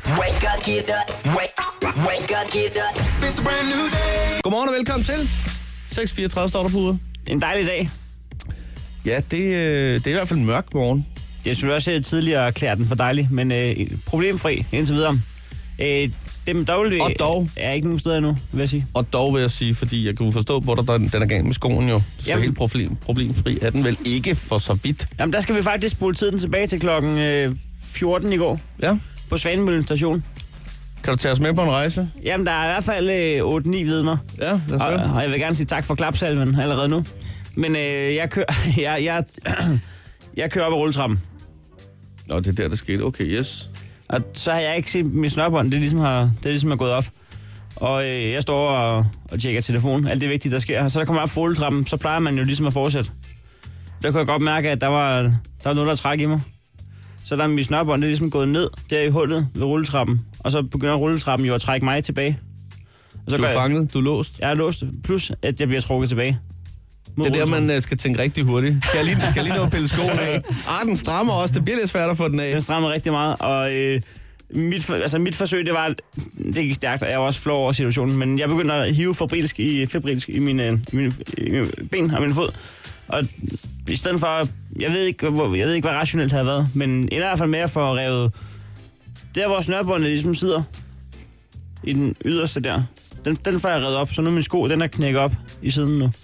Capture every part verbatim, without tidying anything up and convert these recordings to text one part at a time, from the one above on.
Wake up, get up. Wake, wake up, get up. It's a brand new day. Godmorgen og velkommen til. seks fireogtredive står der på uret. En dejlig dag. Ja, det, det er i hvert fald en mørk morgen. Jeg synes også, at tidligere erklære den for dejlig, men øh, problemfri indtil videre. Øh, dem dog, og dog. er ikke nogen steder endnu, vil jeg sige. Og dog vil jeg sige, fordi jeg kan forstå på dig, den, den er galt med skoen jo. Så Jamen. helt problem, problemfri er den vel ikke for så vidt. Jamen, der skal vi faktisk spole tiden tilbage til klokken øh, fjorten i går. Ja. På Svanemøllen station. Kan du tage os med på en rejse? Jamen, der er i hvert fald øh, otte ni vidner. Ja, lad os og, høre. og jeg vil gerne sige tak for klapsalven allerede nu. Men øh, jeg kører jeg, jeg, jeg kører op ad rulletrappen. Nå, det er der, det skete. Okay, yes. Og så har jeg ikke set mit snørbånd. Det er ligesom, har, det er ligesom er gået op. Og øh, jeg står og, og tjekker telefonen. Alt det vigtige, der sker. Så der kommer op for rulletrappen, så plejer man jo ligesom at fortsætte. Der kunne jeg godt mærke, at der var, der var noget, der træk i mig. Så der er mit snørbånd, det er ligesom gået ned der i hullet ved rulletrappen. Og så begynder rulletrappen jo at trække mig tilbage. Og så Du er jeg, fanget, du er låst. Jeg er låst, plus at jeg bliver trukket tilbage. Det er der, man uh, skal tænke rigtig hurtigt. Skal jeg lige, skal jeg lige nå at pille skoen af? Ah, den strammer også. Det bliver lidt svært at få den af. Den strammer rigtig meget, og øh, mit, altså mit forsøg, det var, det gik stærkt, og jeg var også flov over situationen, men jeg begyndte at hive febrilsk i, febrilsk i mine, i mine, i mine ben og min fod. Og i stedet for, jeg ved ikke, hvor, jeg ved ikke, hvad rationelt havde været, men i hvert fald med at få revet der, hvor snørbåndet ligesom sidder, i den yderste der, den, den får jeg revet op, så nu er min sko, den er knækket op i siden nu.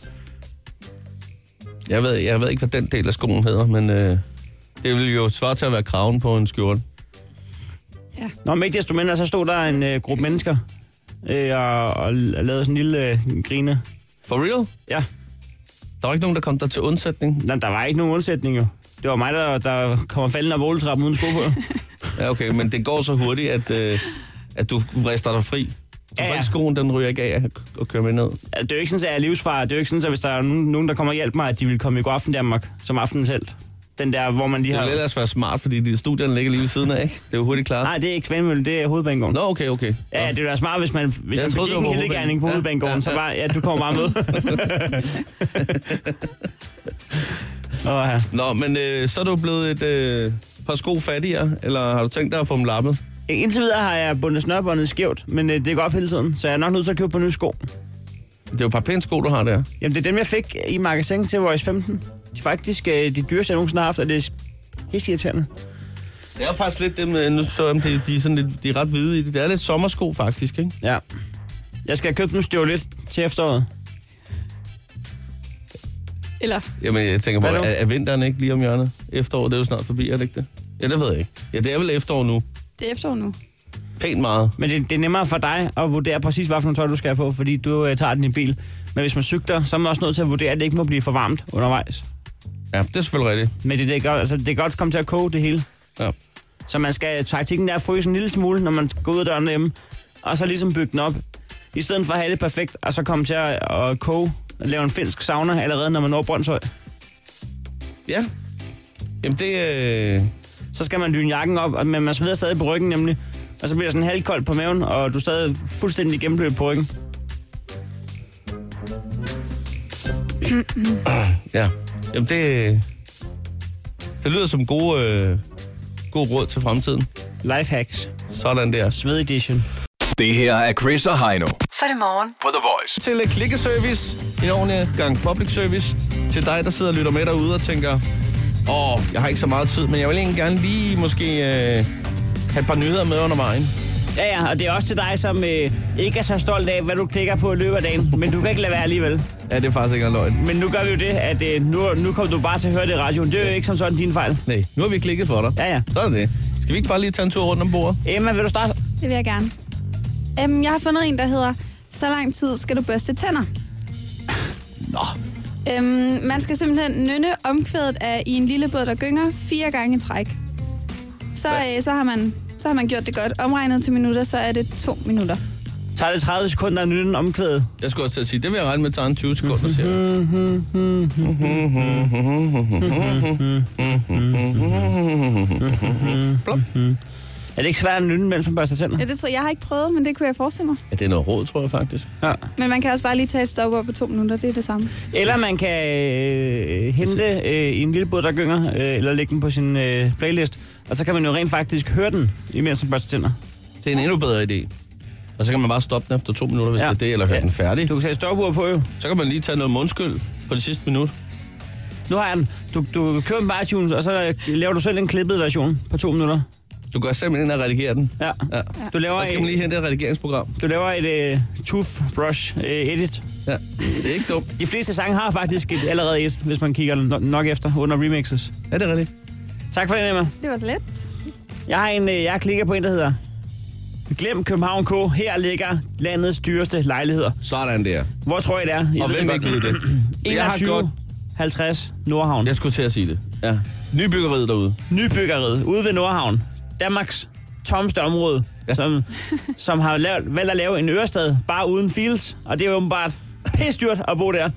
Jeg ved, jeg ved ikke, hvad den del af skoen hedder, men øh, det vil jo svare til at være kraven på en skjorte. Ja. Nå, men ikke desto mindre, så stod der en øh, gruppe mennesker øh, og, og lavede sådan en lille øh, grine. For real? Ja. Der var ikke nogen, der kom der til undsætning? Nå, der var ikke nogen undsætning jo. Det var mig, der, der kommer faldende af rulletrappen uden sko på. Ja, okay, men det går så hurtigt, at, øh, at du vrister dig fri. Du får ja, ja. ikke skoen, den ryger ikke af og kører med ned. Det er jo ikke sådan, at jeg er livsfar. Det er jo ikke sådan, at hvis der er nogen, nogen der kommer og hjælper mig, at de vil komme i Godaften Danmark som aftenens helt. Den der, hvor man lige har... Det vil ellers være smart, fordi de studierne ligger lige ved siden af, ikke? Det er jo hurtigt klart. Nej, det er ikke Svanemøllen, det er Hovedbanegården. Nå, okay, okay. Ja, det er da smart, hvis man, hvis man troede, begik en hildegærning på ja, Hovedbanegården, ja, ja. så bare, ja, du kommer bare med. oh, ja. Nå, men øh, så er du blevet et øh, par sko fattigere, eller har du tænkt dig at få dem lappet? Indtil videre har jeg bundet snørbåndet skævt, men øh, det går op hele tiden, så jeg er nok nødt til at købe på nye sko. Det er jo et par pæne sko, du har der. Jamen, det er dem, jeg fik i magasin til Voice femten. De er faktisk øh, de dyreste, jeg nogensinde har haft, og det er helt irriterende. Det er faktisk lidt dem, nu så jeg, de, de, er sådan lidt, de er ret hvide i det. Det er lidt sommersko faktisk, ikke? Ja. Jeg skal købe dem støvlet til efteråret. Eller? Jamen, jeg tænker bare, er, er vinteren ikke lige om hjørnet? Efteråret, det er jo snart forbi, er det ikke det? Ja, det ved jeg ikke. Ja, det er vel efterår nu. Det er efterår nu. Pænt meget. Men det, det er nemmere for dig at vurdere præcis, hvad for nogle tøj du skal have på, fordi du øh, tager den i bil. Men hvis man cykler, så er man også nødt til at vurdere, at det ikke må blive for varmt undervejs. Ja, det er selvfølgelig rigtigt. Men det, det, er godt, altså, det er godt komme til at koge det hele. Ja. Så man skal taktikken der at fryse en lille smule, når man går ud af døren hjemme, og så ligesom bygge den op. I stedet for at have det perfekt, og så komme til at, at koge, og lave en finsk sauna allerede, når man når Brøndshøj. Ja. Jamen det... Øh... Så skal man dyne jakken op, men man sveder stadig på ryggen nemlig. Og så bliver det sådan halvkoldt på maven, og du er stadig fuldstændig gennemblødt på ryggen. Ja. Jamen det... Det lyder som gode, øh, gode råd til fremtiden. Lifehacks. Sådan der. Sved edition. Det her er Chris og Heino. Så er det morgen på The Voice. Til klikkeservice, en ordentlig gang public service. Til dig, der sidder og lytter med derude og tænker, åh, jeg har ikke så meget tid, men jeg vil egentlig gerne lige måske øh, have et par nyheder med under vejen. Ja, ja, og det er også til dig, som øh, ikke er så stolt af, hvad du klikker på i løbet af dagen. Men du kan ikke lade være alligevel. Ja, det er faktisk ikke en løgn. Men nu gør vi jo det, at øh, nu, nu kommer du bare til at høre det i radioen. Det er jo ikke som sådan din fejl. Nej, nu har vi klikket for dig. Ja, ja. Så er det. Skal vi ikke bare lige tage en tur rundt om bordet? Emma, vil du starte? Det vil jeg gerne. Um, jeg har fundet en, der hedder, så lang tid skal du børste tænder. Nå. Um, man skal simpelthen nynne omkvædet af i en lille båd, der gynger fire gange i træk. Så, øh, så, har man, så har man gjort det godt. Omregnet til minutter, så er det to minutter. Tager det tredive sekunder at nynne omkvædet? Jeg skulle også til at sige, det vil jeg regne med, at tager en tyve sekunder, siger Plop. Er det ikke svært at nynne, mens man børster tænder? Ja, det tror jeg. Jeg har ikke prøvet, men det kunne jeg forestille mig. Ja, det er noget råd, tror jeg faktisk. Ja. Men man kan også bare lige tage et stop op på to minutter, det er det samme. Eller man kan øh, hente øh, i en lille båd, der gynger, øh, eller lægge den på sin øh, playlist, og så kan man jo rent faktisk høre den, imens man børster tænder. Det er en endnu bedre idé. Og så kan man bare stoppe den efter to minutter, hvis ja. det er det, eller høre ja. den færdig. Du kan sætte stopur på, jo. Så kan man lige tage noget mundskyld på det sidste minut. Nu har jeg den. Du, du kører den bare iTunes, og så laver du selv en klippet version på to minutter. Du går simpelthen ind og redigerer den. Ja. ja. Du laver og så skal man lige hente et redigeringsprogram. Du laver et uh, toothbrush uh, edit. Ja, det er ikke dumt. De fleste sange har faktisk et, allerede et, hvis man kigger nok efter, under remixes. Ja, det er rigtigt. Tak for det, Emma. Det var så let. Jeg har en, jeg klikker på en, der hedder Glem København K. Her ligger landets dyreste lejligheder. Sådan der. Hvor tror I det er? I og hvem ikke ved det? enogtyve halvtreds Nordhavn. Jeg skulle til at sige det. Ja. Nybyggeriet derude. Nybyggeriet ude ved Nordhavn. Danmarks tomste område, ja. som, som har lavet, valgt at lave en Ørestad bare uden fields. Og det er jo åbenbart pisse dyrt at bo der.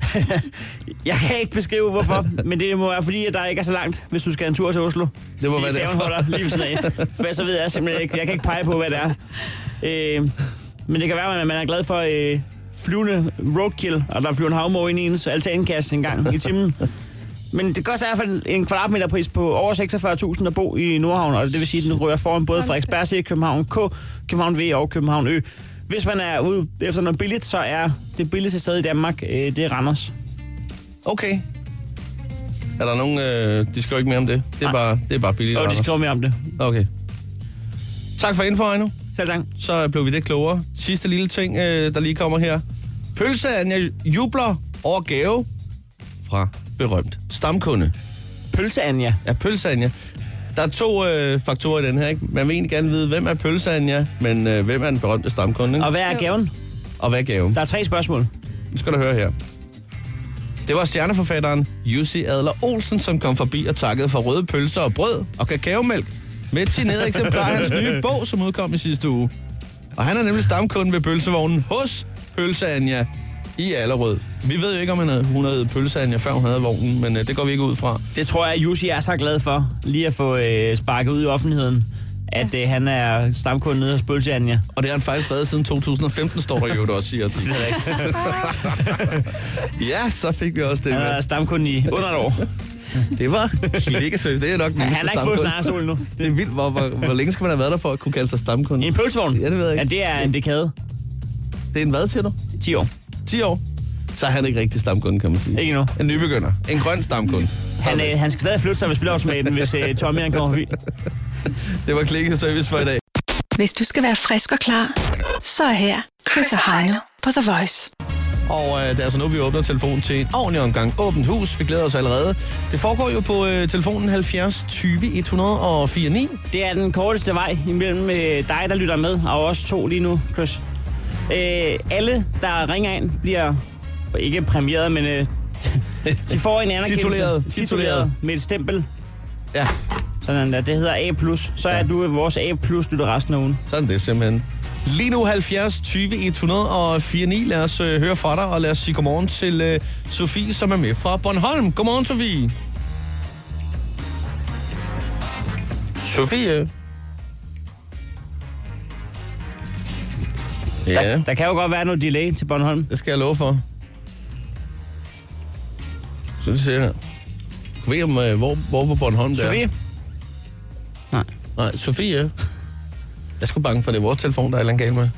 Jeg kan ikke beskrive hvorfor, men det må være fordi, at der ikke er så langt, hvis du skal en tur til Oslo. Det må være det. Holder lige ved sådan af. For så ved jeg simpelthen ikke. Jeg kan ikke pege på, hvad det er. Øh, men det kan være, at man er glad for øh, flyvende roadkill, og der flyver en havmåge ind i ens altankasse en gang i timen. Men det koster i hvert fald en kvadratmeterpris på over seksogfyrre tusind at bo i Nordhavn, og det vil sige, at den rører foran både Frederiksberg C, København K, København V og København Ø. Hvis man er ude efter noget billigt, så er det billigste sted i Danmark, øh, det er Randers. Okay. Er der nogen, øh, de skriver ikke mere om det? Det er, bare, det er bare billigt. Jo, de skriver mere om det. Okay. Tak for info, Ejno. Selv tak. Så blev vi det klogere. Sidste lille ting, øh, der lige kommer her. Pølse Anja jubler over gave fra berømt stamkunde. Pølse Anja? Ja, Pølse Anja. Der er to øh, faktorer i den her, ikke? Man vil egentlig gerne vide, hvem er Pølse Anja, men øh, hvem er den berømte stamkunde, ikke? Og hvad er gaven? Og hvad er gaven? Der er tre spørgsmål. Nu skal du høre her. Det var stjerneforfatteren Jussi Adler Olsen, som kom forbi og takkede for røde pølser og brød og kakaomælk med et signeret eksemplar af hans nye bog, som udkom i sidste uge. Og han er nemlig stamkunden ved pølsevognen hos Pølse Anja i Allerød. Vi ved jo ikke, om han havde, hun havde Pølse Anja, før hun havde vognen, men øh, det går vi ikke ud fra. Det tror jeg, at Jussi er så glad for, lige at få øh, sparket ud i offentligheden, at øh, han er stamkunde nede hos Pølse Anja. Og det har han faktisk været siden to tusind og femten, står der jo det også, siger sig. Ja, så fik vi også det med. Han er stamkunde i under et år. Det var klikkesøg. Det er nok den ja, han har ikke fået snarresol nu. Det er vildt. Hvor, hvor, hvor længe skal man have været der for at kunne kalde sig stamkunde? I en pølsevogn? Ja, det ved jeg ikke. Ja, det er en dekade. Det er en hvad, siger du? ti år. ti år? Så er han ikke rigtig stamkunde, kan man sige. Ikke nu. En nybegynder. En grøn stamkunde. Han, øh, han skal stadig flytte sig ved spilautomaten, hvis øh, Tommy han kommer forbi. Det var klikkeservice for i dag. Hvis du skal være frisk og klar, så er her Chris og Heino på The Voice. Og øh, det er altså nu, vi åbner telefonen til en ordentlig omgang. Åbent hus, vi glæder os allerede. Det foregår jo på øh, telefonen halvfjerds tyve et nul fire ni. Det er den korteste vej imellem øh, dig, der lytter med, og os to lige nu, Chris. Øh, alle, der ringer ind, bliver ikke præmieret, men øh, de får en anerkendelse. Tituleret. Tituleret med et stempel. Ja. Sådan der. Det hedder A plus. Så er ja. du vores A plus lytter resten af ugen. Sådan det simpelthen. Lige nu halvfjerds tyve et nul fire ni. Lad os øh, høre fra dig, og lad os sige godmorgen til øh, Sofie, som er med fra Bornholm. Godmorgen, Sofie. Sofie. Ja. Der, der kan jo godt være noget delay til Bornholm. Det skal jeg love for. Så vi ser her. Du ved om, hvor, hvor på Bornholm det er? Sofie? Nej. Nej, Sofie. Jeg er sgu bange for, det er vores telefon, der er et eller andet galt med.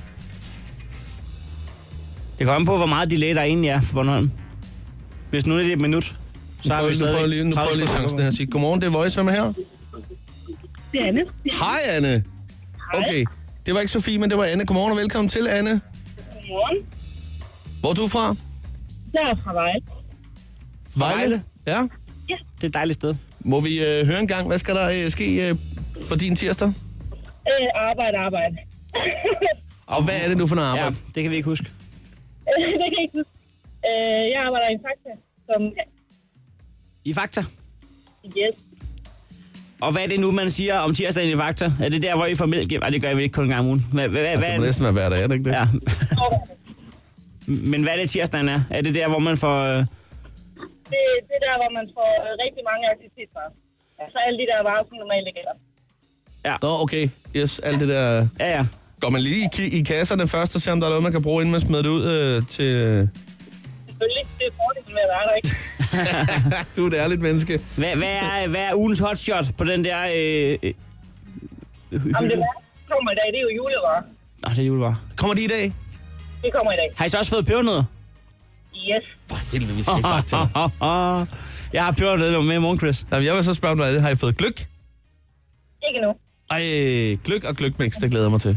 Det kommer an på, hvor meget delay der egentlig er for Bornholm. Hvis nu er det et minut, så har vi stadig... Nu prøver lige, nu prøver lige chancen her at sige, godmorgen, det er Voice, hvem er her? Det er Anne. Hej, Anne. Okay, det var ikke Sofie, men det var Anne. Godmorgen og velkommen til, Anne. Godmorgen. Hvor er du fra? Jeg er fra Vejle. Vejle? Ja. Det er et dejligt sted. Må vi øh, høre en gang, hvad skal der øh, ske øh, på din tirsdag? Øh, arbejde, arbejde. Og hvad er det nu for noget arbejde? Ja, det kan vi ikke huske. det kan jeg ikke huske. Øh, jeg arbejder i en Fakta. Som... I Fakta? Yes. Og hvad er det nu, man siger om tirsdagen i Fakta? Er det der, hvor I får mælk? Nej, det gør vi ikke kun en gang om ugen. Hvad, hvad, ja, hvad det må næsten være hver dag, er det ikke det? Ja. Men hvad er det tirsdagen er? Er det der, hvor man får... Øh... Det, det er der, hvor man får rigtig mange aktiviteter. Altså alle de der varer, som normalt ikke er. Ja. Nå, okay. Yes, alt det der... Ja, ja. Går man lige i, i kasserne først og ser, om der er noget, man kan bruge, inden man smider det ud øh, til... Selvfølgelig. Det er fordelen med at være der, ikke? Du er et ærligt menneske. Hvad, hvad, er, hvad er ugens hotshot på den der... Øh, øh, Jamen, det kommer i dag, det er jo julevarer. Nå, det er julevarer. Kommer de i dag? Det kommer i dag. Har I så også fået pebernødder? Yes. For helvede, vi skal ikke fakta. Jeg har pebernødder med i morgen, Chris. Jamen, jeg vil så spørge om noget af det. Har I fået gløgg? Ikke nu. Ej, gløgg og gløgmix, det glæder jeg mig til.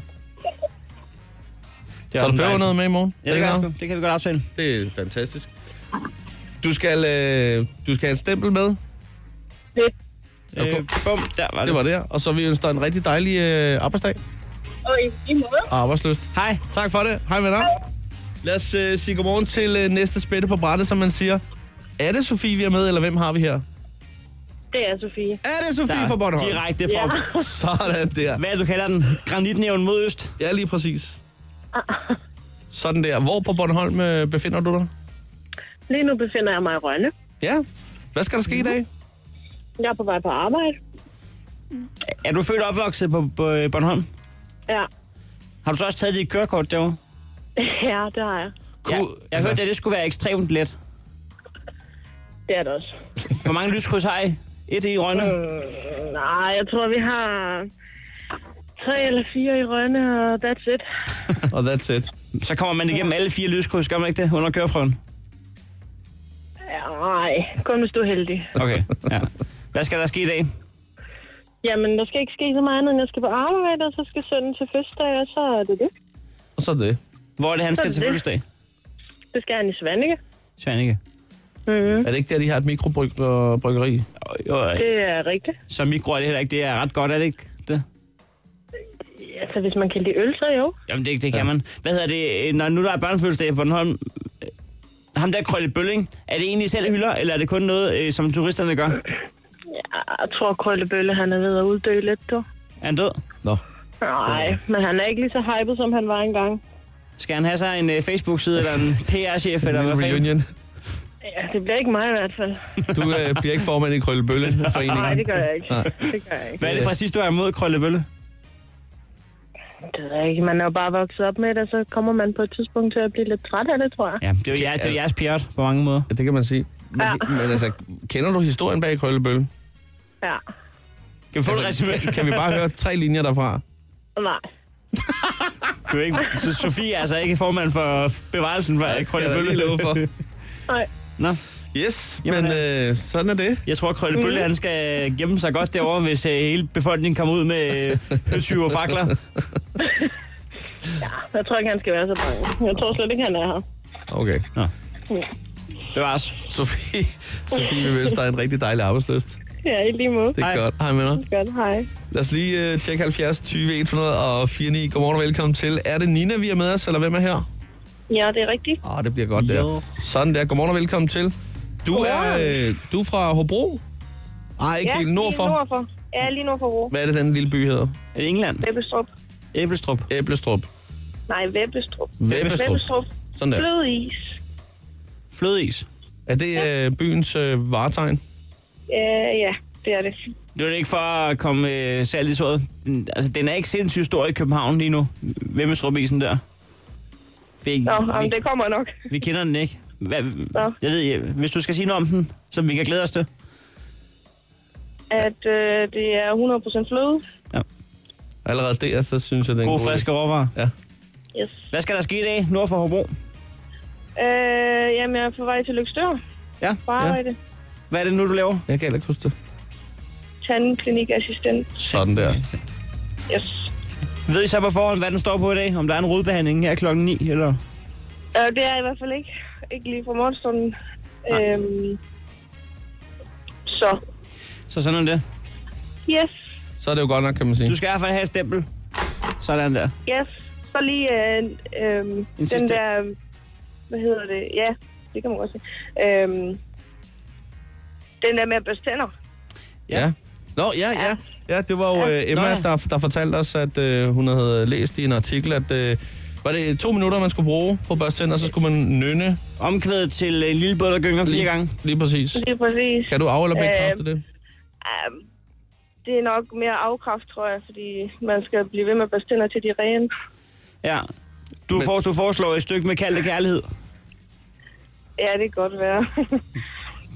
Det Så er du peber noget med i morgen? Ja, det kan, jeg, det kan vi godt aftale. Det er fantastisk. Du skal, øh, du skal have et stempel med. Fedt. Øh, bum, der var det. Det var det. Og så vil vi ønske dig en rigtig dejlig øh, arbejdsdag. Og i, i måde. Og arbejdsløst. Hej. Tak for det. Hej med dig. Lad os øh, sige godmorgen til øh, næste spætte på brættet, som man siger. Er det Sofie, vi er med, eller hvem har vi her? Det er Sofie. Er det Sofie Der, fra Bornholm? direkte fra... Ja. Sådan der. Hvad er det, du kalder den? Granitnævn mod øst? Ja, lige præcis. Sådan der. Hvor på Bornholm øh, befinder du dig? Lige nu befinder jeg mig i Rønne. Ja. Hvad skal der ske i dag? Jeg er på vej på arbejde. Er du født og opvokset på, på øh, Bornholm? Ja. Har du så også taget dit kørekort derovre? Ja, det har jeg. Ja, jeg hørte, at det skulle være ekstremt let. Det er det også. Hvor mange lyskryds har I? Et i Rønne? Mm, nej, jeg tror, vi har tre eller fire i Rønne, og that's it. Og that's it. Så kommer man igennem alle fire lyskryds, gør man ikke det, under køreprøven? Ja, nej, kun hvis du er heldig. Okay, ja. Hvad skal der ske i dag? Jamen, der skal ikke ske så meget andet, end jeg skal på arbejde, og så skal sønnen til fødselsdag, og så er det det. Og så er det. Hvor er det, han Så er skal det til det. fødselsdag? Det skal han i Svanike. Svanike. Mm-hmm. Er det ikke der, de har et mikrobryggeri? Jo, jo, Det er rigtigt. så mikro er det heller ikke. Det er ret godt, er det ikke det? Altså, hvis man kan lide øl, så jo. Jamen, det, det kan ja. man. Hvad hedder det, når nu der er børnefødselsdag på Bornholm? øh, Ham der Krølle Bølling, er det egentlig selv hylder, eller er det kun noget, øh, som turisterne gør? Ja, jeg tror, Krølle Bølle, han er ved at uddø lidt, du. Er han død? Nå. Nej, men han er ikke lige så hyped, som han var engang. Skal han have sig en øh, Facebook-side, eller en P R-chef, eller hvad En fanden? reunion. Ja, det bliver ikke mig i hvert fald. Du øh, bliver ikke formand i Krøllebølle-foreningen. Nej, det gør jeg ikke. Nej. Det gør jeg ikke. Hvad er det præcis, du er imod Krølle Bølle? Det ved jeg ikke. Man er jo bare vokset op med det, og så kommer man på et tidspunkt til at blive lidt træt af det, tror jeg. Ja, det er jo, jer, det er jo jeres pjert på mange måder. Ja, det kan man sige. Men, Ja. men altså, kender du historien bag Krøllebølle? Ja. Kan vi få et Altså, resume? kan, kan vi bare høre tre linjer derfra? Nej. Du er ikke, så Sofie er altså ikke formand for bevarelsen for Det skal Krølle jeg da lige Bølle. love for. Nej. Nå, Yes, Jamen, men øh, sådan er det. jeg tror, at Krølle Bølle han skal gemme sig godt derovre, hvis øh, hele befolkningen kommer ud med øh, høtyve og fakler. Ja, jeg tror ikke, han skal være så bange. Jeg tror slet ikke, han er her. Okay. Det var også. Sofie, Sofie vil ønske dig en rigtig dejlig arbejdsløst. Ja, i lige måde. Det er Hej. godt. Hej med dig. Godt, hej. Lad os lige uh, tjekke halvfjerds tyve et hundrede og fire ni. Godmorgen og velkommen til. Er det Nina, vi er med os, eller hvem er her? Ja, det er rigtigt. Åh, oh, det bliver godt der. Sådan der. Godmorgen og velkommen til. Du er, øh, du er fra Hobro? Nej, ikke Ja, helt. Nordfor. lige nordfor. Ja, lige nord for Ro. Hvad er det, den lille by hedder? Er det England? Vebbestrup. Æblestrup. Æblestrup. Nej, Vebbestrup. Vebbestrup. Vebbestrup. Sådan der. Flødeis. Flødeis. Er det øh, byens øh, varetegn? Ja, ja, det er det. Det er ikke for at komme øh, salt i såret. Den- Altså, den er ikke sindssygt stor i København lige nu. Vemmesrupisen der. Vi, Nå, vi, jamen, det kommer nok. vi kender den ikke. Hvad, Nå. jeg ved, hvis du skal sige noget om den, så vi kan glæde os til. At øh, det er hundrede procent fløde. Allerede der, så synes jeg, det er en God god friske råvarer. Ja. Yes. Hvad skal der ske i dag nord for Hobro? Øh, jamen, jeg er på vej til Løgstør. Ja. På arbejde. Hvad er det nu, du laver? Jeg kan heller ikke huske det. Tandklinikassistent. Sådan der. Yes. Ved I så på forhånd, hvad den står på i dag? Om der er en rodbehandling her klokken ni, eller? Øh, det er i hvert fald ikke. Ikke lige fra morgenstunden. Øhm, så. Så sådan er det. Yes. Så er det jo godt nok, kan man sige. Du skal i hvert fald have et stempel. Sådan der. Yes. Så lige øh, øh, den sidste. der... Hvad hedder det? Ja, det kan man godt sige. Øhm, den der med at børste tænder. Ja. Nå, ja, ja. Ja, det var jo øh, Emma, Nå, ja. der, der fortalte os, at øh, hun havde læst i en artikel, at øh, var det to minutter, man skulle bruge på børstænder, så skulle man nynne Omkvædet til en lille båd, der gynger fire gange. lige præcis. Lige præcis. Kan du af- eller bekræfte Øh, det? Um, det er nok mere afkraft, tror jeg, fordi man skal blive ved med at børste tænder til de er rene. Ja. Du, Men- for, du foreslår et stykke med kaldte kærlighed. Ja, det kan godt være.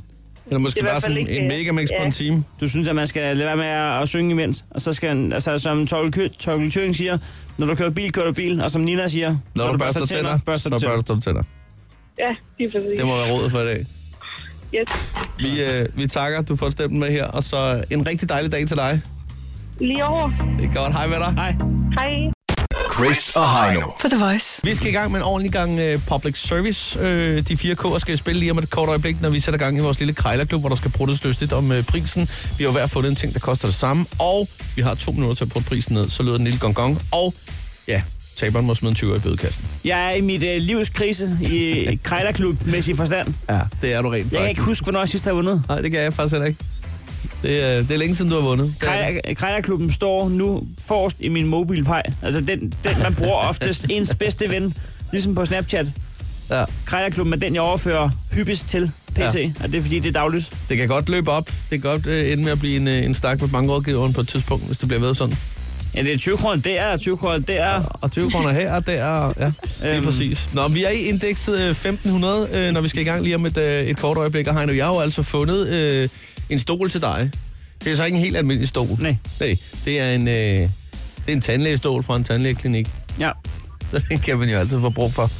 Eller måske Det er i bare hvert fald sådan ikke, en øh, megamix på ja. en time. Du synes, at man skal lade være med at, at synge imens. Og så skal, altså som Torkel Thøring siger, når du kører bil, kører du bil. Og som Nina siger, Når, når du, du børster tænder, børster så du tænder. børster du tænder. Ja, lige præcis. Det må være rådet for i dag. Yes. Vi, øh, vi takker, du får stemt med her, og så en rigtig dejlig dag til dig. Lige over. Det er godt. Hej med dig. Hej. Hej. Chris og Heino. På The Voice. Vi skal i gang med en ordentlig gang uh, public service. Uh, de fire K'er skal spille lige om et kort øjeblik, når vi sætter gang i vores lille krejlerklub, hvor der skal pruttes lystigt om uh, prisen. Vi har jo hver fundet en ting, der koster det samme, og vi har to minutter til at prutte prisen ned. Så lyder den lille gong gong, og ja, taberen må smide en tyver i bødekassen. Jeg er i mit øh, livs krise i krejlerklub-mæssig forstand. Ja, det er du rent Jeg kan faktisk. ikke huske, hvornår jeg sidst har vundet. Nej, det kan jeg faktisk heller ikke. Det er, det er længe siden, du har vundet. Krejler- Krejlerklubben står nu forrest i min mobilpej. Altså den, den man bruger oftest ens bedste ven, ligesom på Snapchat. Ja, Krejlerklubben er den, jeg overfører hyppigst til P T, Ja. og det er fordi, det er dagligt. det kan godt løbe op. Det kan godt øh, ende med at blive en, øh, en stak med bankrådgiveren på et tidspunkt, hvis det bliver ved sådan. Ja, det er tyve kroner der, og tyve kroner der. Og tyve kroner her og der, og ja, lige Øhm. præcis. Nå, vi er i indekset øh, femten hundrede, øh, når vi skal i gang lige om et, øh, et kort øjeblik. Og Heino, jeg har jo altså fundet øh, en stol til dig. Det er så ikke en helt almindelig stol. Nej. Nej, det er en, øh, det er en tandlægestol fra en tandlægeklinik. Ja. Så den kan man jo altid få brug for.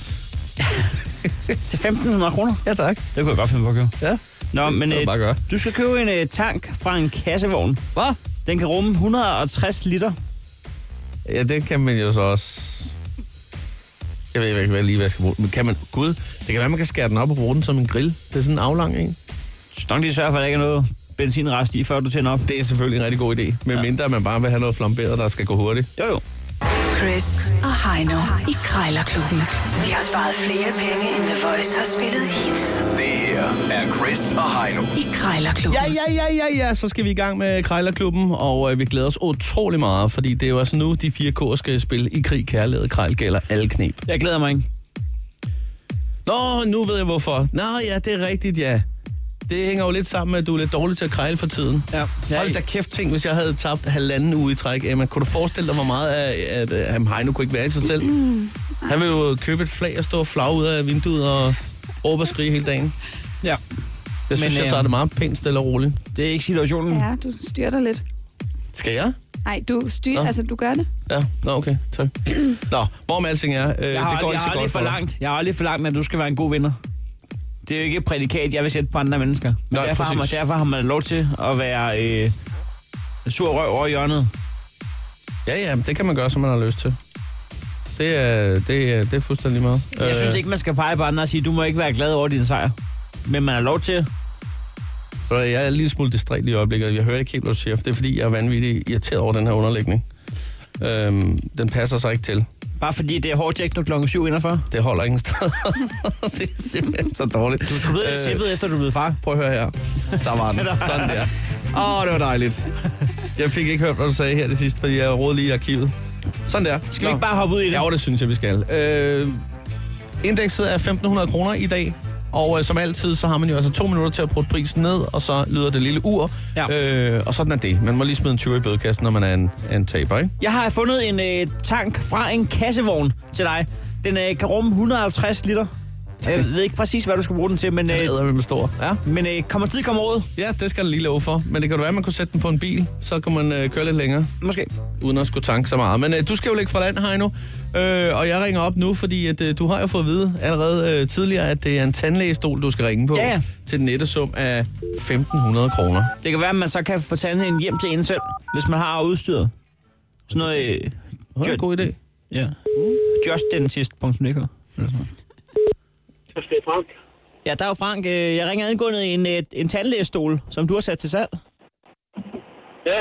Til femten hundrede kroner. Ja, tak. Det kunne jeg godt finde på at købe. Ja, Nå, men det kan øh, du bare gøre. du skal købe en øh, tank fra en kassevogn. Hvad? Den kan rumme et hundrede og tres liter. Ja, det kan man jo så også... Jeg ved ikke hvad lige, hvad jeg skal bruge. Men kan man... Gud, det kan være, man kan skære den op og bruge den som en grill. Det er sådan en aflang en. Så nok lige sørge for, at der ikke er noget benzinrest i, før du tænder op. Det er selvfølgelig en rigtig god idé. Men ja. mindre, at man bare vil have noget flamberet, der skal gå hurtigt. Jo, jo. Chris og Heino i Krejlerklubben. De har sparet flere penge, end The Voice har spillet hits Det her er Chris og Heino. i Krejlerklubben. Ja, ja, ja, ja, ja. Så skal vi i gang med Krejlerklubben, og øh, vi glæder os utrolig meget, fordi det er jo altså nu, de fire K'er skal spille i krig, kærlighed, krejl, gælder alle knep. Jeg glæder mig ikke. Nå, nu ved jeg hvorfor. Nå, ja, det er rigtigt, ja. Det hænger jo lidt sammen med, at du er lidt dårlig til at krejle for tiden. Ja. Hold da kæft, tænk, hvis jeg havde tabt halvanden uge i træk. Emma, kunne du forestille dig, hvor meget af, at, at uh, Heino kunne ikke være i sig selv? Mm. Han vil jo købe et flag og stå og flage ud af vinduet og råbe og skrige hele dagen. Ja. Jeg synes, Men, jeg øh, tager det meget pænt, stille og roligt. Det er ikke situationen. Ja, du styrer dig lidt. Skal jeg? Nej, du styrer, Nå. altså du gør det. Ja, nå okay, tak. Nå, hvorom alting er, øh, Jeg har, det går jeg ikke så har godt aldrig for for dig. langt. Jeg har aldrig for langt, at du skal være en god vinder. Det er jo ikke et prædikat, jeg vil sætte på andre mennesker. Men Nej, derfor, har man, præcis. derfor har man lov til at være øh, sur røv over hjørnet. Ja, ja, det kan man gøre, som man har lyst til. Det er, det er, det er fuldstændig meget. Jeg synes ikke, man skal pege på andre og sige, du må ikke være glad over din sejr. Men man har lov til. Øh, Jeg er en lille smule distræt lige i øjeblikket. Jeg hører ikke helt, hvad du siger. Det er fordi, jeg er vanvittigt irriteret over den her underlægning. Øhm, den passer sig ikke til. Bare fordi det er hårdt tekno klokken syv enogfyrre. Det holder ingen sted. Det er simpelthen så dårligt. Du skulle blive Øh, sippet efter, du blev far. Prøv at høre her. Der var den. Sådan der. Åh, oh, det var dejligt. Jeg fik ikke hørt, hvad du sagde her det sidste, fordi jeg rådede lige i arkivet. Sådan der. Skal vi ikke bare hoppe ud i det? Ja, det synes jeg, vi skal. Øh, indekset er femten hundrede kroner i dag. Og øh, som altid, så har man jo altså to minutter til at putte prisen ned, og så lyder det lille ur. Ja. Øh, og sådan er det. Man må lige smide en tyver i bødekassen, når man er en, en taber, ikke? Jeg har fundet en øh, tank fra en kassevogn til dig. Den øh, kan rumme et hundrede og halvtreds liter. Jeg ved ikke præcis, hvad du skal bruge den til, men, Den øh, æder med stor. Ja. men øh, kommer tid, kommer råd. Ja, det skal der lige love for. Men det kan jo være, at man kunne sætte den på en bil. Så kan man øh, køre lidt længere, Måske. uden at skulle tanke så meget. Men øh, du skal jo lægge fra land, Heino. Øh, og jeg ringer op nu, fordi at, øh, du har jo fået at vide allerede øh, tidligere, at det er en tandlægestol, du skal ringe på. Ja, ja. Til den nette sum af femten hundrede kroner. Det kan være, at man så kan få tandlægen hjem til en selv, hvis man har udstyret. Sådan noget... Øh, Det er en jo- god idé. ja. justdentist punktum d k. Det er Frank. Ja, der er jo Frank. Øh, Jeg ringer angående en, øh, en tandlægestol, som du har sat til salg. Ja,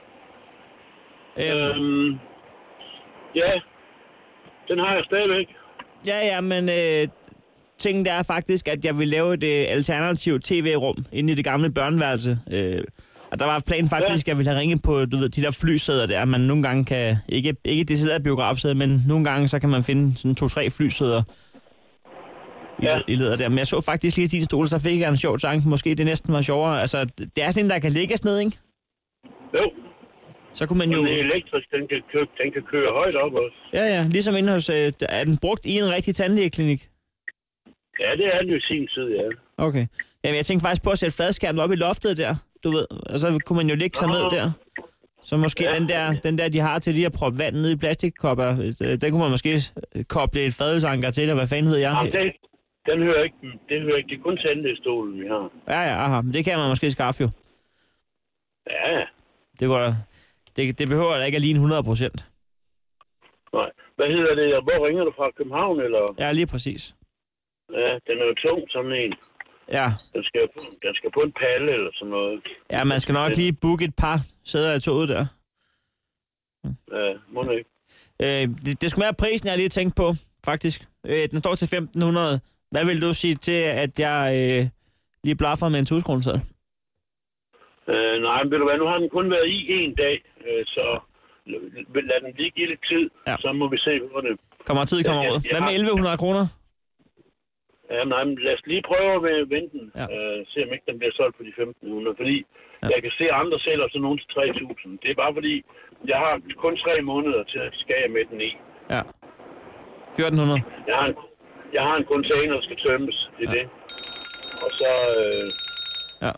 Øhm, øhm, ja, den har jeg stadigvæk. Ja, ja, men øh, tingen der er faktisk, at jeg vil lave et øh, alternativt tv-rum inde i det gamle børneværelse. Øh, og der var planen faktisk, ja. at jeg ville have ringet på du ved, de der flysæder der, man nogle gange kan, ikke, ikke decideret biografsæder, men nogle gange så kan man finde sådan to-tre flysæder i, Ja. i leder der. Men jeg så faktisk lige din stol, så fik jeg en sjov tanke. Måske det næsten var sjovere. Altså, det er sådan en, der kan lægges ned, ikke? Jo, Så kunne man jo... den er elektrisk, den kan, køre, den kan køre højt op også. Ja, ja, ligesom inde hos... Øh, er den brugt i en rigtig tandlægeklinik? Ja, det er den jo i sin tid, ja. Okay. Jamen, jeg tænkte faktisk på at sætte fladskærmen op i loftet der, du ved. Og så kunne man jo ligge sig ned der. Så måske ja. den, der, den der, de har til lige at proppe vand ned i plastikkopper, den kunne man måske koble et fadelsanker til, eller hvad fanden ved jeg? Jamen, den, den hører ikke, det hører ikke, det er kun tandlægestolen, vi har. Ja, ja, aha, men det kan man måske skaffe jo. Ja, ja. Det, går, det, det behøver da ikke at ligne hundrede procent. Nej. Hvad hedder det? Hvor ringer du fra? København, eller? Ja, lige præcis. Ja, den er jo tung, sådan en. Ja. Den skal, den skal på en palle, eller sådan noget. Ja, man skal nok lige booke et par sæder i toget der. Ja, må det ikke. Øh, det, det skulle være prisen, jeg lige tænkt på, faktisk. Øh, den står til femten hundrede. Hvad vil du sige til, at jeg øh, lige blaffer med en tuskroneseddel? Øh, nej, men ved du hvad, nu har den kun været i en dag, øh, så lad den lige give lidt tid, ja. Så må vi se, hvor det... Kommer tid, kommer råd. Hvad med elleve hundrede kroner? Ja, nej, men lad os lige prøve at vente den. Ja. Øh, se om ikke den bliver solgt på de femten hundrede, fordi ja. Jeg kan se andre sælger så nogen til tre tusind. Det er bare fordi, jeg har kun tre måneder til at skære med den i. Ja. fjorten hundrede. Jeg har en, jeg har en container, der skal tømmes. Det er ja. Det. Og så... Øh... Ja.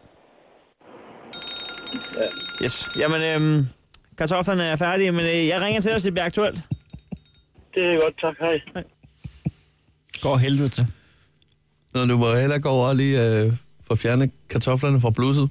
Ja. Yes. Jamen, øhm, kartoflerne er færdige, men øh, jeg ringer til dig, hvis det bliver aktuelt. Det er godt, tak. Hej. Hej. Går helvede til. Nå, du må heller gå over og lige øh, få fjernet kartoflerne fra blusset.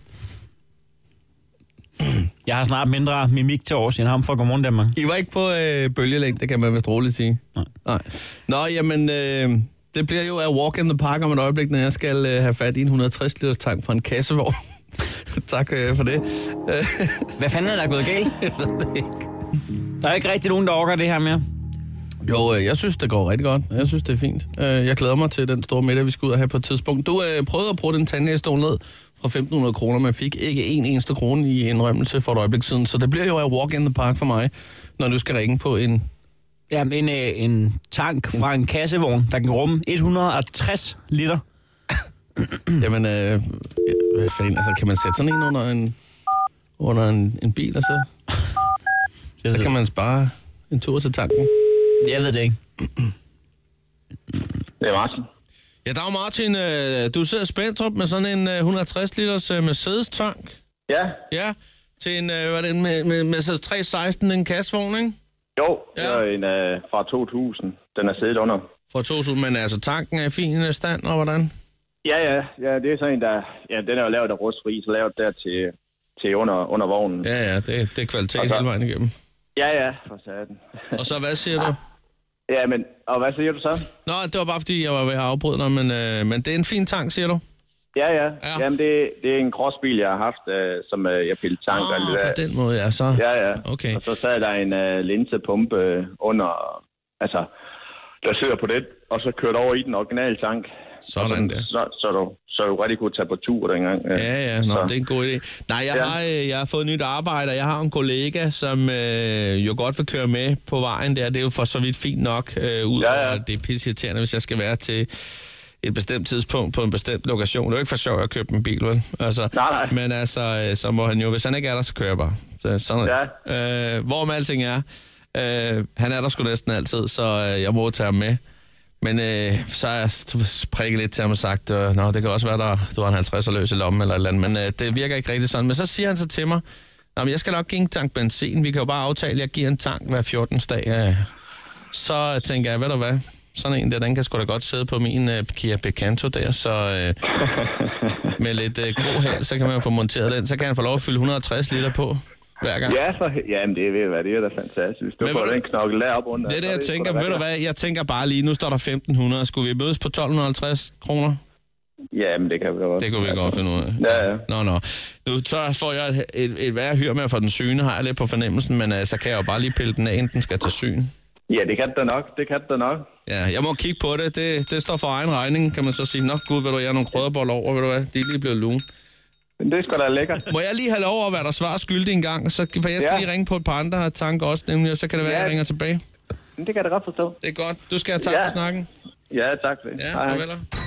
Jeg har snart mindre mimik til års end ham fra Godmorgen Danmark. I var ikke på øh, bølgelængde, det kan man vist roligt sige. Nej. Nej. Nå, jamen, øh, det bliver jo at walk in the park om et øjeblik, når jeg skal øh, have fat i en hundrede og tres liters tank fra en kassevogn. Tak øh, for det. Hvad fanden er der gået galt? Jeg ved det ikke. Der er ikke rigtig nogen, der orker det her mere. Jo, øh, jeg synes, det går rigtig godt. Jeg synes, det er fint. Øh, jeg glæder mig til den store middag, vi skal ud og have på et tidspunkt. Du øh, prøvede at bruge den tandlægestol ned fra femten hundrede kroner, men fik ikke en eneste krone i indrømmelse for et øjeblik siden. Så det bliver jo at walk in the park for mig, når du skal ringe på en... Jamen, en, øh, en tank fra en kassevogn, der kan rumme et hundrede og tres liter. Jamen, øh, hvad fanden, altså, kan man sætte sådan en under en, under en, en bil, og så, så kan man spare en tur til tanken? Jeg ved det ikke. Det er Martin. Ja, dag Martin. Øh, du sidder spændt op med sådan en øh, et hundrede og tres liters øh, Mercedes-tank. Ja. Ja, til en, øh, hvad er det, med, med, med tre seksten, en kassevogn, ikke? Jo, ja. Det er en øh, fra to tusind. Den er siddet under. Fra to tusind, men altså tanken er i fin stand, og hvordan? Ja, ja, ja, det er sådan en, der... Ja, den er jo lavet af rustfri, så lavet der til, til under, under vognen. Ja, ja, det, det er kvalitet så, hele vejen igennem. Ja, ja, for satan. Og så, hvad siger du? Ja, men... Og hvad siger du så? Nå, det var bare fordi, jeg var ved at afbryde dig, men, øh, men det er en fin tank, siger du? Ja, ja. ja. Jamen, det, det er en crossbil, jeg har haft, øh, som øh, jeg pillede tank. Åh, oh, på den måde, ja, så... Ja, ja. Okay. Og så sad der en øh, linsepumpe under... Altså, der sidder på det, og så kørte over i den originale tank. Sådan der. Så, så, du, så du rigtig kunne tage på tur dengang. Ja, ja, nå, det er en god idé. Nej, jeg, ja. har, jeg har fået nyt arbejde, og jeg har en kollega, som øh, jo godt vil køre med på vejen der. Det er jo for så vidt fint nok, øh, ud ja, ja. Det er pisseirriterende, hvis jeg skal være til et bestemt tidspunkt på en bestemt lokation. Det er jo ikke for sjovt at købe en bil, vel? Altså, nej, nej. Men altså, så må han jo, hvis han ikke er der, så kører jeg bare. Så, sådan, ja. øh, hvor med alting er, øh, han er der sgu næsten altid, så øh, jeg må tage ham med. Men øh, så har jeg prikket lidt til ham og sagt, øh, nå, det kan også være, der du har en halvtreds løs i lommen eller et eller andet, men øh, det virker ikke rigtig sådan. Men så siger han så til mig, nå, men jeg skal nok give en tank benzin, vi kan jo bare aftale, at jeg giver en tank hver fjortende dag. Øh. Så tænker jeg, ved du hvad, sådan en der, den kan sgu da godt sidde på min øh, Kia Picanto der, så øh, med lidt øh, grå held, så kan man få monteret den, så kan han få lov at fylde et hundrede og tres liter på. Hver gang. Ja, så, jamen det ved hvad det er da fantastisk. Hvis du men får den knokkel der op under. Det er det, jeg tænker. Ved du hvad, jeg tænker bare lige, nu står der femten hundrede. Skulle vi mødes på tolv halvtreds kroner? Jamen, det kan vi godt. Det kunne vi godt finde ud af. Ja, ja. Nå, nå. Nu så får jeg et, et, et værre hyr med at få den syne, har jeg lidt på fornemmelsen, men uh, så kan jeg jo bare lige pille den af, inden den skal til syn. Ja, det kan det nok. Det kan det nok. Ja, jeg må kigge på det. Det, det står for egen regning, kan man så sige. Nå, gud, ved du, jeg har nogle krydderboller over, ved du hvad? De er lige blevet lune. Men det er sgu da lækkert. Må jeg lige have lov at være der svar skyldig en gang? Så, for jeg skal ja. lige ringe på et par andre tanker også, nemlig, og så kan det være, ja. at jeg ringer tilbage. Det kan jeg da godt forstå. Det er godt. Du skal have tak ja. for snakken. Ja, tak for det. Ja, farvel.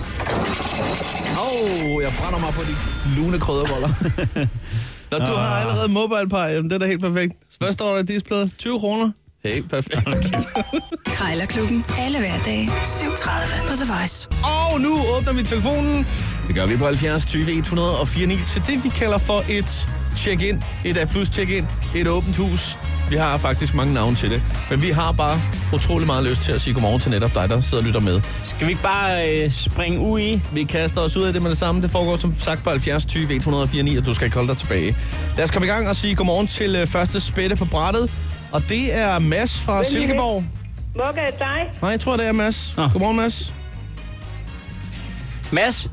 Åh, oh, jeg brænder mig på de lune krydderboller. Nå, du har allerede MobilePay. Jamen, det er da helt perfekt. Hvad står der i displayet? tyve kroner? Hey, perfekt. Krejlerklubben. Alle hverdage. syv tredive på The Voice. Og nu åbner vi telefonen. Det gør vi på halvfjerds tyve et nul fire ni til det, vi kalder for et check-in. Et A plus check-in. Et åbent hus. Vi har faktisk mange navne til det. Men vi har bare utrolig meget lyst til at sige godmorgen til netop dig, der sidder og lytter med. Skal vi ikke bare øh, springe ud i? Vi kaster os ud af det med det samme. Det foregår som sagt på halvfjerds tyve et nul fire ni, og du skal ikke holde dig tilbage. Lad os komme i gang og sige godmorgen til øh, første spætte på brættet. Og det er Mads fra Hvem Silkeborg. Mokka er dig. Nej, jeg tror, det er Mads. Nå. Godmorgen, Mads. Mads,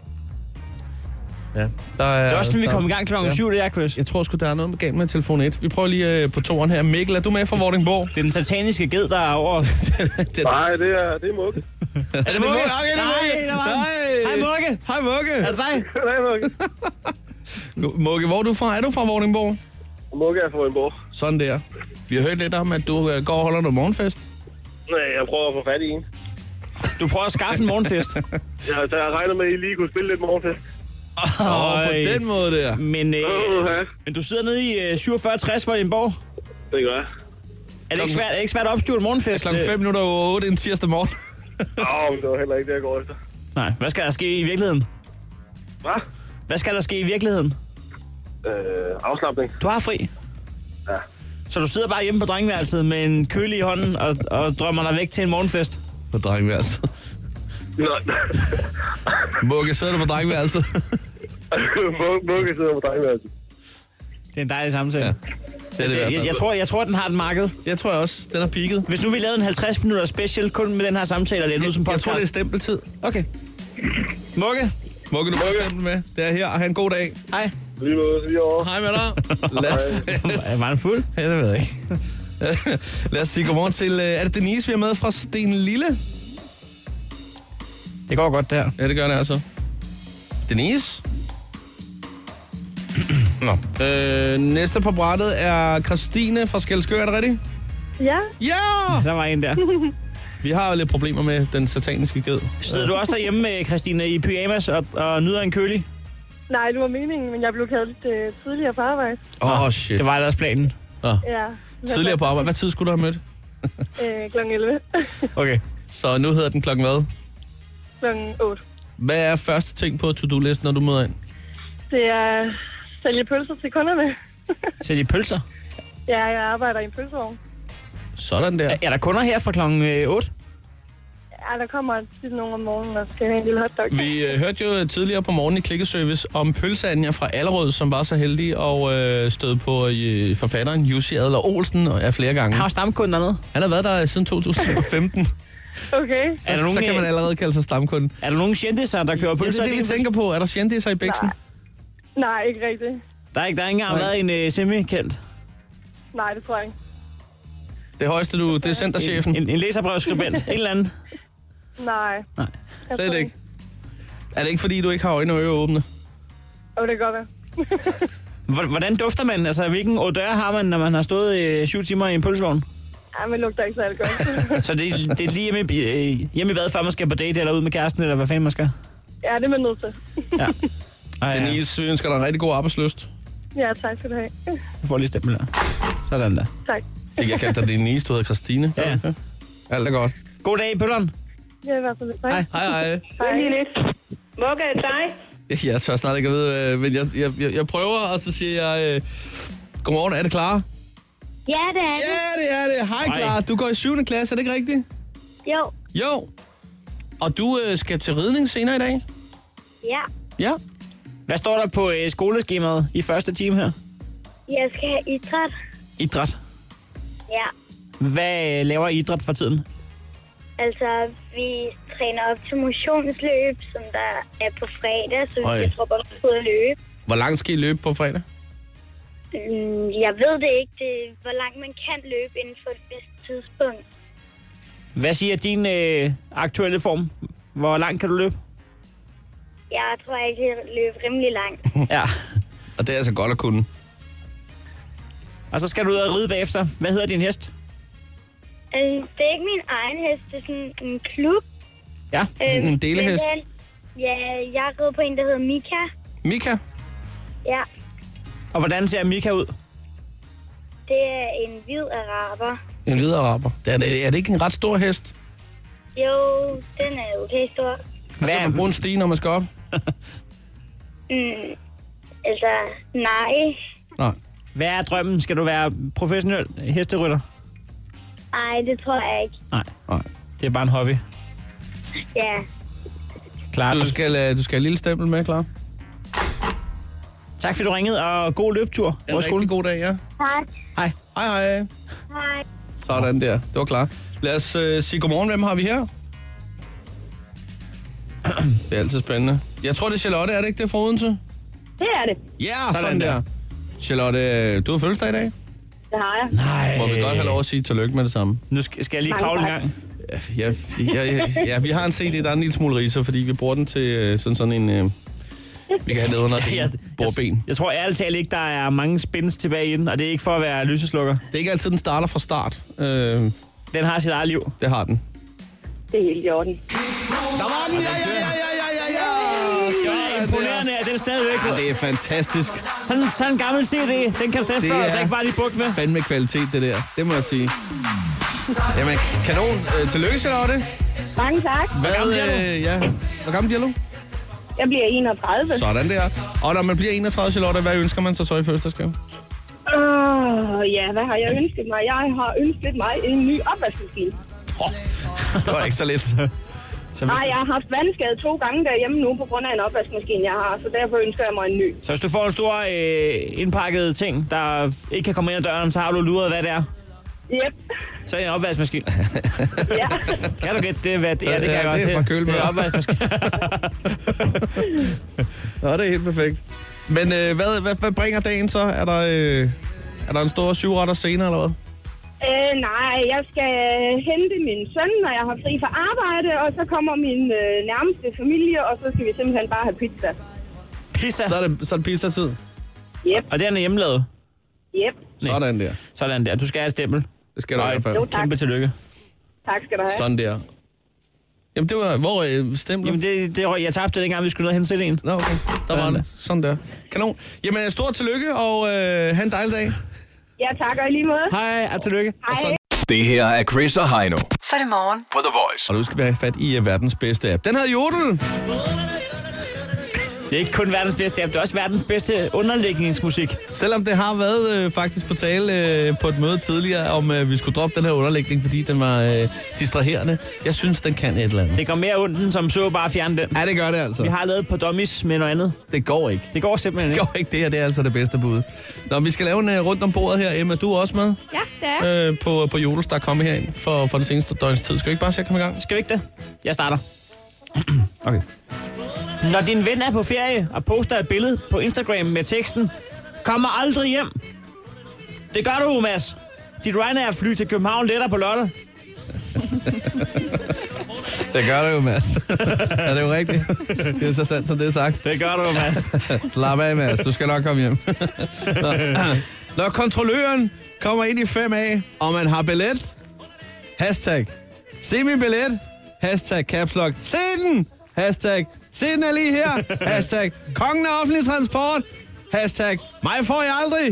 Ja, der er, det er også sådan, vi der- kom i gang klokken ja. syv, det er, Chris. Jeg tror sgu, der er noget med galt med telefon et. Vi prøver lige øh, på toeren her. Mikkel, er du med fra Vordingborg? Det er den sataniske ged, der er over. det, Nej, det er, det er Mugge. Er det Mugge? Okay, det er Nej, Mugge. der var den. Nej. Hej, Mugge. Hej, Mugge. Er det dig? Nej, Mugge. Mugge, hvor er du fra? Er du fra Vordingborg? Mugge er fra Vordingborg. Sådan der. Vi har hørt lidt om, at du øh, går og holder noget morgenfest. Nej, jeg prøver at få fat i en. Du prøver at skaffe en morgenfest. Ja, så jeg regner med, at I lige kunne spille lidt morgenfest. Åh, oh, på den måde der. Men, øh, Uh-huh. men du sidder nede i øh, syvogfyrre tres Vordingborg. Det gør jeg. Er det ikke svært, er det ikke svært at opstue en morgenfest? Klokken fem minutter over otte en tirsdag morgen. Åh, oh, det var heller ikke det, jeg går efter. Nej, hvad skal der ske i virkeligheden? Hvad? Hvad skal der ske i virkeligheden? Øh, afslapning. Du har fri. Ja. Så du sidder bare hjemme på drengeværelset med en køle i hånden og, og drømmer dig væk til en morgenfest? På drengeværelset. Nej. Mugge, sidder du på drengeværelset? Mugge sidder på drengeværelset. Det er en dejlig samtale. Ja. Det er det i hvert jeg, fald. jeg, tror, jeg tror, den har et marked. Jeg tror også, den er peaked. Hvis nu vi lavede en halvtreds minutter special kun med den her samtale, og det er ud som Jeg podcast. tror, det er stempeltid. Okay. Mugge, Mugge, du får stempel med. Det er her, og have en god dag. hej. Lige måde, lige over. Hej med dig. Lad os... Var den fuld? Ja, det ved jeg ikke. Lad os sige godmorgen til... øh, Er det Denise, vi er med fra Sten Lille? Det går godt der. Ja, det gør det altså. Denise? Nå. Øh, næste på brættet er Christine fra Skælskør. Er det rigtigt? Ja. Ja! Der var en der. Vi har jo lidt problemer med den sataniske ged. Sidder du også derhjemme med Christine i pyjamas og, og nyder en kølig? Nej, det var meningen, men jeg blev kaldt lidt øh, tidligere på arbejde. Åh, oh, shit. Det var ellers planen. Nå. Ja. Tidligere på arbejde. Hvad tid skulle du have mødt? Øh, klokken elleve. Okay. Så nu hedder den klokken hvad? klokken otte. Hvad er første ting på to-do-listen, når du møder ind? Det er sælge pølser til kunderne. Sælger I pølser? Ja, jeg arbejder i en pølsevogn. Sådan der. Er, er der kunder her fra klokken øh, otte? Ja, der kommer tit nogen om morgenen og skal have en lille hotdog. Vi øh, hørte jo tidligere på morgen i Klikkeservice om pølseanja fra Allerød, som var så heldig og øh, stød på øh, forfatteren Jussi Adler Olsen og er flere gange. Han har stamkunde dernede. Han har været der siden to tusind og femten. Okay. Så, Er der nogen, så kan man øh, allerede kalde sig stamkunde. Er der nogen kendisser, der kører Ja, det pølser? er det, vi tænker på. Er der kendisser i Bæksen? Nej, ikke rigtigt. Der er ikke, der er ikke engang været en øh, semi-kendt. Nej, det tror jeg ikke. Det højeste, du, det er centerchefen. En, en læserbrevsskribent. En eller anden. Nej. Nej. Jeg Slet tror ikke. Er det ikke, fordi du ikke har øjne og ører åbne? Åh, det kan godt være. Hvor- Hvordan dufter man? Altså, hvilken odør har man, når man har stået øh, syv timer i en pølsevogn? Ej, men lugter ikke særlig godt. Så det, det er lige hjemme, i- øh, hjemme i bad, før man skal på date, eller ud med kæresten, eller hvad fanden man skal? Ja, det er man nødt til. Ja. Ej, ja. Denise, vi ønsker dig en rigtig god arbejdsløst. Ja, tak skal du have. Du får lige stempel der. Sådan der. Tak. Fik jeg kaldt dig Denise, du hedder Christine. Ja. Okay. Alt er godt. God dag, Bølleren. Ja, i hvert fald. Tak. Hej. Hej, hej. Hej. Lige lidt. Mokka er dig. Jeg tør snart ikke at vide, øh, men jeg, jeg, jeg, jeg prøver, og så siger jeg, øh, godmorgen, er det Clara? Ja, det er det. Ja, det er det. Hej, Hej. Clara. Du går i syvende klasse, er det ikke rigtigt? Jo. Jo. Og du øh, skal til ridning senere i dag? Ja. Ja. Hvad står der på øh, skoleskemaet i første time her? Jeg skal have idræt. Idræt. Ja. Hvad øh, laver I idræt for tiden? Altså, vi træner op til motionsløb, som der er på fredag, så Oj. vi skal op ud og løbe. Hvor langt skal I løbe på fredag? Mm, Jeg ved det ikke, det, hvor langt man kan løbe inden for et vist tidspunkt. Hvad siger din øh, aktuelle form? Hvor langt kan du løbe? Jeg tror, jeg kan løbe rimelig langt. Ja. Og det er altså godt at kunne. Og så skal du ud og ride bagefter. Hvad hedder din hest? Altså, det er ikke min egen hest, det er sådan en klub. Ja. Øhm, En delehest? men den- Ja, jeg er ridet på en, der hedder Mika. Mika? Ja, Og hvordan ser Mika ud? det er en hvid araber. En hvid araber. Det er, det, er det ikke en ret stor hest? Jo, den er okay stor. Hvad er man bruger en stige, når man skal op? Mm, altså, nej. Nej. Hvad er drømmen? Skal du være professionel hesterytter? Nej, det tror jeg ikke. Nej. Nej. Det er bare en hobby. Ja. Klar. Du skal, øh, du skal have et lille stempel med, klar? Tak fordi du ringede, og god løbetur. En rigtig god dag, ja. Tak. Hej. Hej, hej. Hej. Sådan der. Det var klar. Lad os øh, sige godmorgen. Hvem har vi her? Det er altid spændende. Jeg tror, det er Charlotte. Er det ikke det fra Odense? Det er det. Ja, yeah, sådan, sådan der. der. Charlotte, du har fødselsdag i dag? Det har jeg. Nej. Må vi godt have lov at sige tillykke med det samme? Nu skal, skal jeg lige kravle en gang. Ja, ja, ja, ja, vi har en C D, der er en lille smule riser, fordi vi bruger den til sådan, sådan en... Øh, vi kan have ned under jeg, bordben. Jeg, jeg tror ærligt talt ikke, der er mange spins tilbage i den, og det er ikke for at være lyseslukker. Det er ikke altid, den starter fra start. Øh, den har sit eget liv. Det har den. Det er helt i orden. Der var den! Ja, ja, ja, ja, ja, ja! Det er imponerende, at den er stadigvæk. Ja, det er fantastisk. Sådan, sådan en gammel C D, den kan du stadig før, altså ikke bare lige bukke med. Fandme kvalitet, det der. Det må jeg sige. Jamen, kanon. Øh, tillykke, Charlotte. Mange tak. Hvad, Hvor gammel bliver du? Øh, ja. Hvor gammel bliver du? Jeg bliver enogtredive. Sådan der. Og når man bliver enogtredive, Charlotte, hvad ønsker man sig så i fødselsdagsgave? Uh, ja, hvad har jeg ønsket mig? Jeg har ønsket mig en ny opvaskemaskine. Oh, det var ikke så lidt. Så Nej, du... jeg har haft vandskade to gange derhjemme nu på grund af en opvaskemaskine, jeg har. Så derfor ønsker jeg mig en ny. Så hvis du får en stor øh, indpakket ting, der ikke kan komme ind ad døren, så har du luret, hvad det er? Yep. Så er det en opvaskemaskine. Ja. Kan du gætte det? Hvad det er? Ja, det kan ja, jeg godt det er fra til. Kølmør. Det er opvaskemaskine. Nå, det er helt perfekt. Men øh, hvad, hvad, hvad bringer dagen så? Er der, øh, er der en stor syvretter senere, eller hvad? Øh, nej, jeg skal hente min søn, når jeg har fri fra arbejde, og så kommer min øh, nærmeste familie, og så skal vi simpelthen bare have pizza. Pizza? Så er det, så er det pizza-tid? Yep. Og den er hjemmelavet? Yep. Sådan der. Sådan der. Du skal have et stempel. Det skal du i hvert fald. Jo, tak. Kæmpe tillykke. Tak skal du have. Sådan der. Jamen, det var... Hvor øh, stempler? Jamen, det, det, jeg tabte dengang, vi skulle ned og hente C D'en. Nå, okay. Der var det. Sådan der. Kanon. Jamen, stort tillykke, og øh, have en dejlig dag. Ja, tak, og i lige måde. Hej, og tillykke. Hej. Det her er Chris og Heino Så er det morgen. på The Voice. Og nu skal vi have fat i uh, verdens bedste app. Den hedder Jodel. Det er ikke kun verdens bedste app, det er også verdens bedste underlægningsmusik. Selvom det har været øh, faktisk på tale øh, på et møde tidligere, om øh, vi skulle droppe den her underlægning, fordi den var øh, distraherende. Jeg synes, den kan et eller andet. Det går mere ondt, end som så bare at fjerne den. Ja, det gør det altså. Vi har lavet på dummies med noget andet. Det går ikke. Det går simpelthen Det ikke. går ikke. Det her det er altså det bedste bud. Nå, vi skal lave en uh, rundt om bordet her. Emma, du er også med Ja, det er. øh, på, på Jodels, der er kommet herind for, for den seneste døgns tid. Skal vi ikke bare se at komme i gang? Skal vi ikke det? Jeg starter. Okay. Når din ven er på ferie og poster et billede på Instagram med teksten "Kommer aldrig hjem". Det gør du, Mads. Dit Ryanair-fly til København letter på lørdag. Det gør det jo, Mads. Ja, det er jo rigtigt. Det er så sandt, som det er sagt. Det gør du, Mads. Slap af, Mads. Du skal nok komme hjem. Nå. Når kontrolløren kommer ind i fem A, og man har billet, hashtag se min billet, hashtag caps lock, se den, hashtag se den er lige her, hashtag kongen af offentlig transport, hashtag mig får jeg aldrig.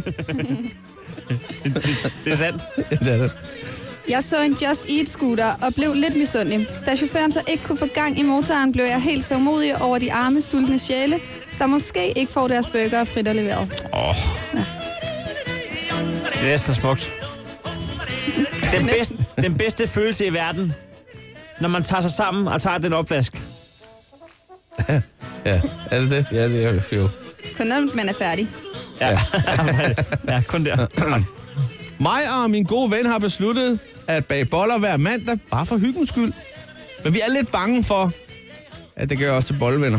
det, det er sandt. Det er det. Jeg så en Just Eat-scooter og blev lidt misundelig. Da chaufføren så ikke kunne få gang i motoren, blev jeg helt sørgmodig over de arme, sultne sjæle, der måske ikke får deres burger og fritter leveret. Åh. Oh. Ja. Det er næsten smukt. Den bedste, den bedste følelse i verden, når man tager sig sammen og tager den opvask. Ja, er det det? Ja, det er jo. Kun når man er færdig. Ja, ja kun der. Mig og min gode ven har besluttet at bage boller hver mandag, bare for hyggens skyld. Men vi er lidt bange for, at det gør os til bollevenner.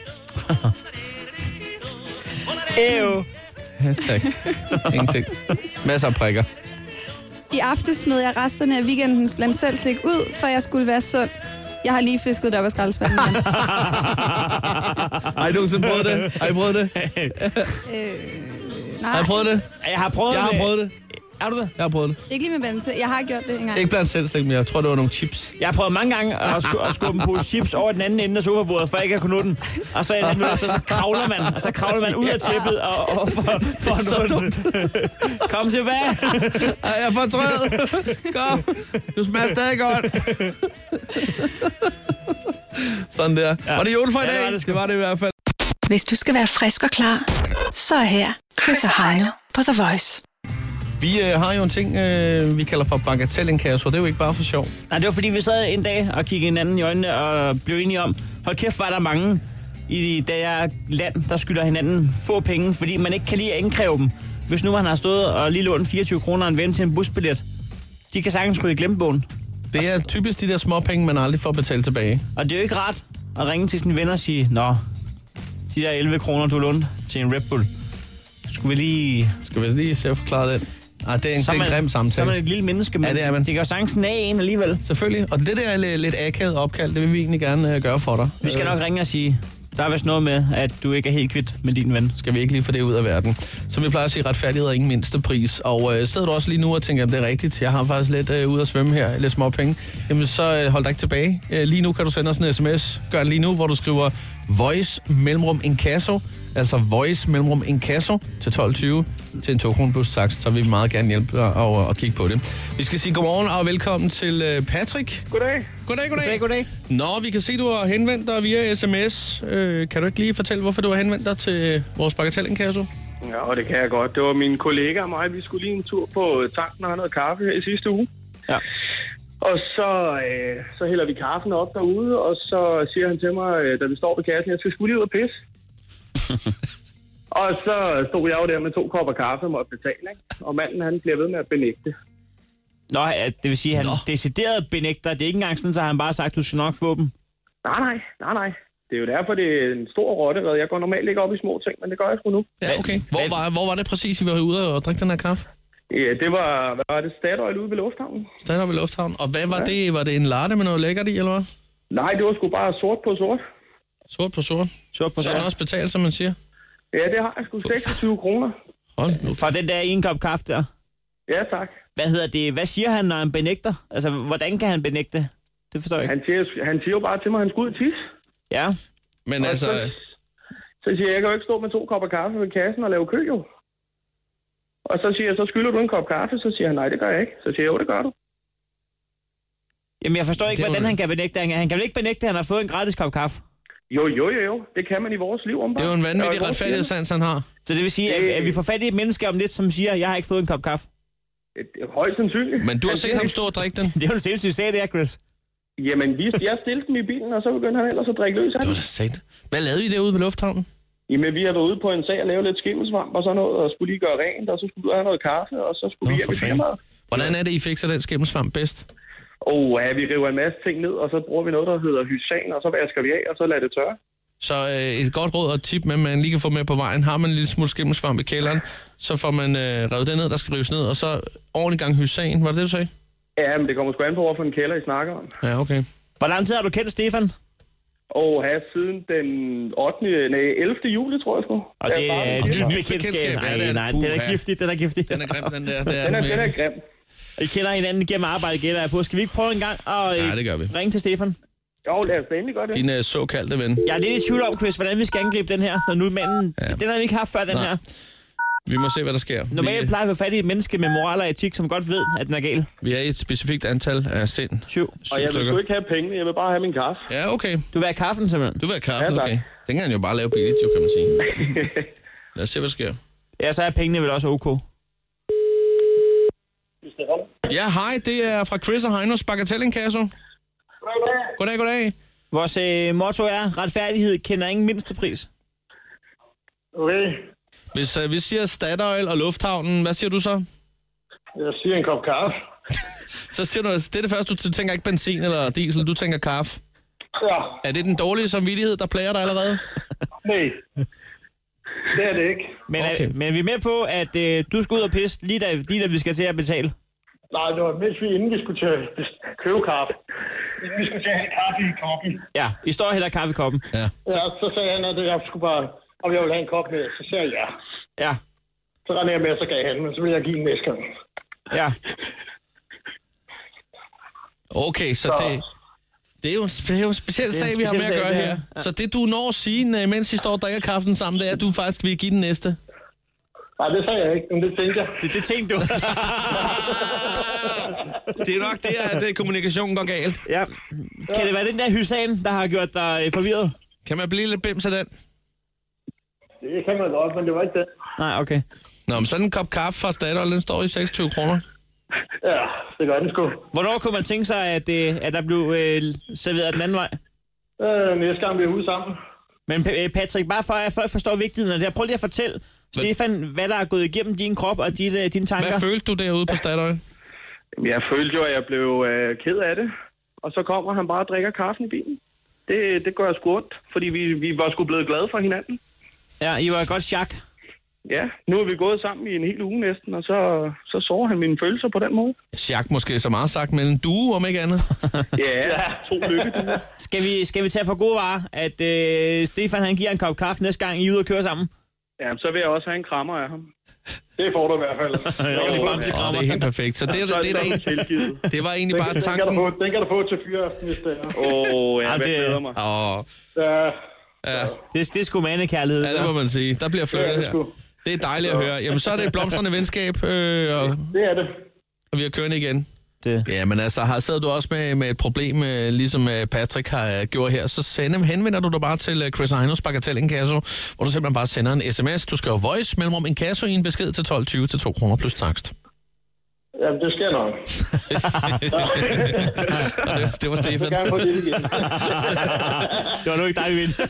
Ew. Hashtag. Ingenting. Masser af prikker. I aftes smed jeg resterne af weekendens blandt selv slik ud, for jeg skulle være sund. Jeg har lige fisket det op af skraldespanden igen. Har I nogensinde prøvet det? Har I prøvet det? øh, nej. Har I prøvet det? Jeg har prøvet Jeg har det. prøvet det. Har du det? Jeg har prøvet det. Ikke lige med blandt selv. Jeg har gjort det engang. Ikke blandt selv, men jeg tror, det var nogle chips. Jeg har prøvet mange gange at, sku- at skubbe en pose chips over den anden ende af sofabordet, for ikke at kunne nå den. Og så, en så, så kravler man, og så kravler man ud af tæppet og, og for, for at nå den. Kom tilbage. Ej, jeg er fortrød. Kom. Du smager stadig godt. Sådan der. Ja. Var det jul for i dag? Ja, det, var det, det var det i hvert fald. Hvis du skal være frisk og klar, så er her Chris og Heino på The Voice. Vi øh, har jo en ting, øh, vi kalder for bagatellinkasso. Det er jo ikke bare for sjov. Nej, det var fordi, vi sad en dag og kiggede hinanden i øjnene og blev enige om, hold kæft, var der mange i det her land, der skylder hinanden få penge, fordi man ikke kan lige indkræve dem. Hvis nu man har stået og lige lånt fireogtyve kroner en ven til en busbillet, de kan sagtens skrive i glemmebogen. Det er typisk de der små penge, man aldrig får betalt tilbage. Og det er jo ikke rart at ringe til sine venner og sige, nå, de der elleve kroner, du lånte til en Red Bull, skulle vi lige... Skal vi lige se at forklare det? Ah, det er en, det er en man, grim samtale. Så er man et lille menneske, men ja, det, er man. Det kan jo sagtens af en alligevel. Selvfølgelig, og det der er lidt, lidt akavet opkald, det vil vi egentlig gerne uh, gøre for dig. Vi skal nok ringe og sige, der er vist noget med, at du ikke er helt kvidt med din ven. Skal vi ikke lige få det ud af verden? Som vi plejer at sige, retfærdighed er ingen mindste pris. Og uh, sidder du også lige nu og tænker, at det er rigtigt, jeg har faktisk lidt uh, ud at svømme her, lidt små penge, jamen så uh, hold dig ikke tilbage. Uh, lige nu kan du sende os en sms. Gør det lige nu, hvor du skriver voice mellemrum inkasso. Altså voice mellemrum inkasso til tolv tyve til en to kroner plus tax, så vil vi meget gerne hjælpe dig og, og kigge på det. Vi skal sige godmorgen og velkommen til uh, Patrick. Goddag. Goddag, goddag. Goddag, goddag. Nå, vi kan se, du har henvendt dig via sms. Øh, kan du ikke lige fortælle, hvorfor du har henvendt dig til vores bagatellinkasso? Ja, og det kan jeg godt. Det var min kollega og mig. Vi skulle lige en tur på tanken og have noget kaffe her i sidste uge. Ja. Og så, øh, så hælder vi kaffen op derude, og så siger han til mig, øh, da vi står ved kassen, jeg skal sgu lige ud og pisse. Og så stod jeg jo der med to kopper kaffe og måtte betale, ikke? Og manden, han bliver ved med at benægte. Nå, det vil sige, at han Nå. decideret benægter. Det er ikke engang sådan, at han bare sagt, at du skal nok få dem. Nej, nej, nej, nej. Det er jo derfor, det er en stor rottered. Jeg går normalt ikke op i små ting, men det gør jeg sgu nu. Ja, okay. Hvor var, hvor var det præcis, I var ude og drikke den her kaffe? Ja, det var, hvad var det, Statoil ude ved Lufthavnen. Statoil ved Lufthavnen. Og hvad var ja. det? Var det en latte med noget lækkert i, eller hvad? Nej, det var sgu bare sort på sort. Sort på sort? Sort på sort. Så er det også betalt, som man siger? Ja, det har jeg sgu seksogtyve kroner. Hold nu. For den der en kop kaffe der? Ja, tak. Hvad hedder det? Hvad siger han, når han benægter? Altså, hvordan kan han benægte? Det forstår jeg ikke. Han siger, han siger jo bare til mig, at han skal ud og tisse. Ja. Men og altså... Så, så siger jeg, jeg kan jo ikke stå med to kopper kaffe ved kassen og lave kø, jo. Og så siger jeg, så skylder du en kop kaffe? Så siger han, nej, det gør jeg ikke. Så siger jeg, jo, det gør du. Jamen, jeg forstår ikke, hvordan han kan benægte. Han kan vel ikke benægte, at han har fået en gratis kop kaffe? Jo, jo, jo, jo. Det kan man i vores liv om. Det er jo en vanvittig retfærdighedssans, han har. Så det vil sige, at, at vi får fat i et menneske om lidt, som siger, jeg har ikke fået en kop kaffe? Højst sandsynligt. Men du har set ham stå og drikke den? Det er jo en sindssygt sag, det er, Chris. Jamen, vi, jeg stillede dem i bilen, og så begyndte han ellers at drikke løs af det. var da sat. Hvad lavede I derude ved Lufthavnen? Jamen, vi har været ude på en sag og lave lidt skimmelsvamp og sådan noget, og skulle lige gøre rent, og så skulle du have noget kaffe, og så skulle Nå, vi hjem i firmaet. Hvordan er det, I fikser den skimmelsvamp bedst? Åh, oh, ja, vi river en masse ting ned, og så bruger vi noget, der hedder hysan, og så vasker vi af, og så lader det tørre. Så øh, et godt råd og et tip, med, man lige kan få med på vejen. Har man en lille smule skimmelsvamp i kælderen, så får man øh, revet det ned, der skal rives ned, og så ordentlig gang hysan. Var det det, du sagde? Ja, men det kommer sgu an på, hvorfor en kælder I snakker om. Ja, okay. Hvor lang tid har du kendt Stefan? Og her siden den ottende nej, ellevte juli, tror jeg sgu. Og det er et nyt bekendtskab. Nej, nej, nej, den er giftig, den er giftig. Den er grim, den der. Det er den, er, den er grim. I kender hinanden gennem arbejde, gætter jeg på. Skal vi ikke prøve en gang at ja, det gør vi. ringe til Stefan? Jo, lad os endelig gøre det. Din uh, såkaldte ven. Jeg er lidt i tvivl om, Chris, hvordan vi skal angribe den her, når nu manden... Ja. Den har vi ikke haft før, den Nej. her. Vi må se, hvad der sker. Normalt plejer vi at få fat i et menneske med moral og etik, som godt ved, at den er gal. Vi er i et specifikt antal af sind. Syv. Syv og jeg vil sgu ikke have pengene, jeg vil bare have min kaffe. Ja, okay. Du vil have kaffen, simpelthen? Du vil have kaffen, ja, okay. Den kan han jo bare lave billigt, jo, kan man sige. Lad os se, hvad der sker. Ja, så er pengene vel også ok. Ja, hej, det er fra Chris og Heinos bagatellinkasso. Goddag. Goddag, goddag. Vores øh, motto er, retfærdighed kender ingen mindste pris. Okay. Hvis uh, vi siger Statoil og Lufthavnen, hvad siger du så? Jeg siger en kop kaffe. Så siger du, det er det første, du tænker ikke benzin eller diesel, du tænker kaffe. Ja. Er det den dårlige samvittighed, der plager dig allerede? Nej, det er det ikke. Men, okay. er, men er vi med på, at øh, du skal ud og pisse, lige da, lige da vi skal til at betale? Nej, det var mens vi inden vi skulle til at købe kaffe. Inden vi skulle til at have kaffe i koppen. Ja, I står og hælder kaffe i koppen. Ja. Så, så sagde han, at jeg skulle bare, om jeg ville have en kop med, så sagde jeg ja. Ja. Så rendte jeg med, så gav han, men så ville jeg give en væske. Ja. Okay, så det, det, er jo, det er jo en speciel Det er en sag, vi har med at speciel gøre sag, her. ja. Så det, du når at sige, mens I står og drikker kaffen sammen, det er, at du faktisk vil give den næste. Nej, det sagde jeg ikke, men det tænkte jeg. Det, det tænkte du. Det er nok det, at øh, kommunikationen går galt. Ja. Kan det være den der hysan, der har gjort dig øh, forvirret? Kan man blive lidt bims af den? Det kan man godt, men det var ikke det. Nej, okay. Nå, men sådan en kop kaffe fra Statoil, den står i seksogtyve kroner. Ja, det gør den sgu. Hvornår kunne man tænke sig, at, øh, at der blev øh, serveret den anden vej? Øh, næste gang vi er ude sammen. Men øh, Patrick, bare for at folk forstår vigtigheden af det her, prøv lige at fortælle, Stefan, hvad der er gået igennem din krop og dine, dine tanker. Hvad følte du derude på Statoil? Jeg følte jo, at jeg blev øh, ked af det. Og så kommer han bare og drikker kaffen i bilen. Det, det gør jeg sgu ondt, fordi vi, vi var sgu blevet glade for hinanden. Ja, I var et godt chak. Ja, nu er vi gået sammen i en hel uge næsten, og så, så sover han mine følelser på den måde. Jacques måske så meget sagt, men en due, om ikke andet. Ja, to lykke. Skal vi, skal vi tage for gode varer, at øh, Stefan han giver en kop kaffe næste gang, I er ude og køre sammen? Ja, så vil jeg også have en krammer af ham. Det får du i hvert fald. Åh, det er helt perfekt. Så det, det, det, det, det, det var egentlig bare den, tanken. Den kan, få, den kan du få til fyreaften, hvis det er. Åh, oh, ja, det glæder mig. Åh. Ja. Ja. Det, det er sgu mandekærlighed. Ja, det må man sige. Der bliver flyttet her. Det er dejligt at høre. Jamen, så er det et blomstrende venskab. Øh, og, det er det. Og vi har kørende igen. Det. Ja, men altså, har, sidder du også med, med et problem, øh, ligesom øh, Patrick har øh, gjort her, så sende, henvender du dig bare til øh, Chris Heinos Bagatell Inkasso, hvor du simpelthen bare sender en sms. Du skriver voice mellemrum Inkasso i en besked til tolv tyve til to kroner plus takst. Jamen, det skal nok. det, det var Stefan. Jeg vil gerne få det igen. Det var nu ikke dig, vi ville.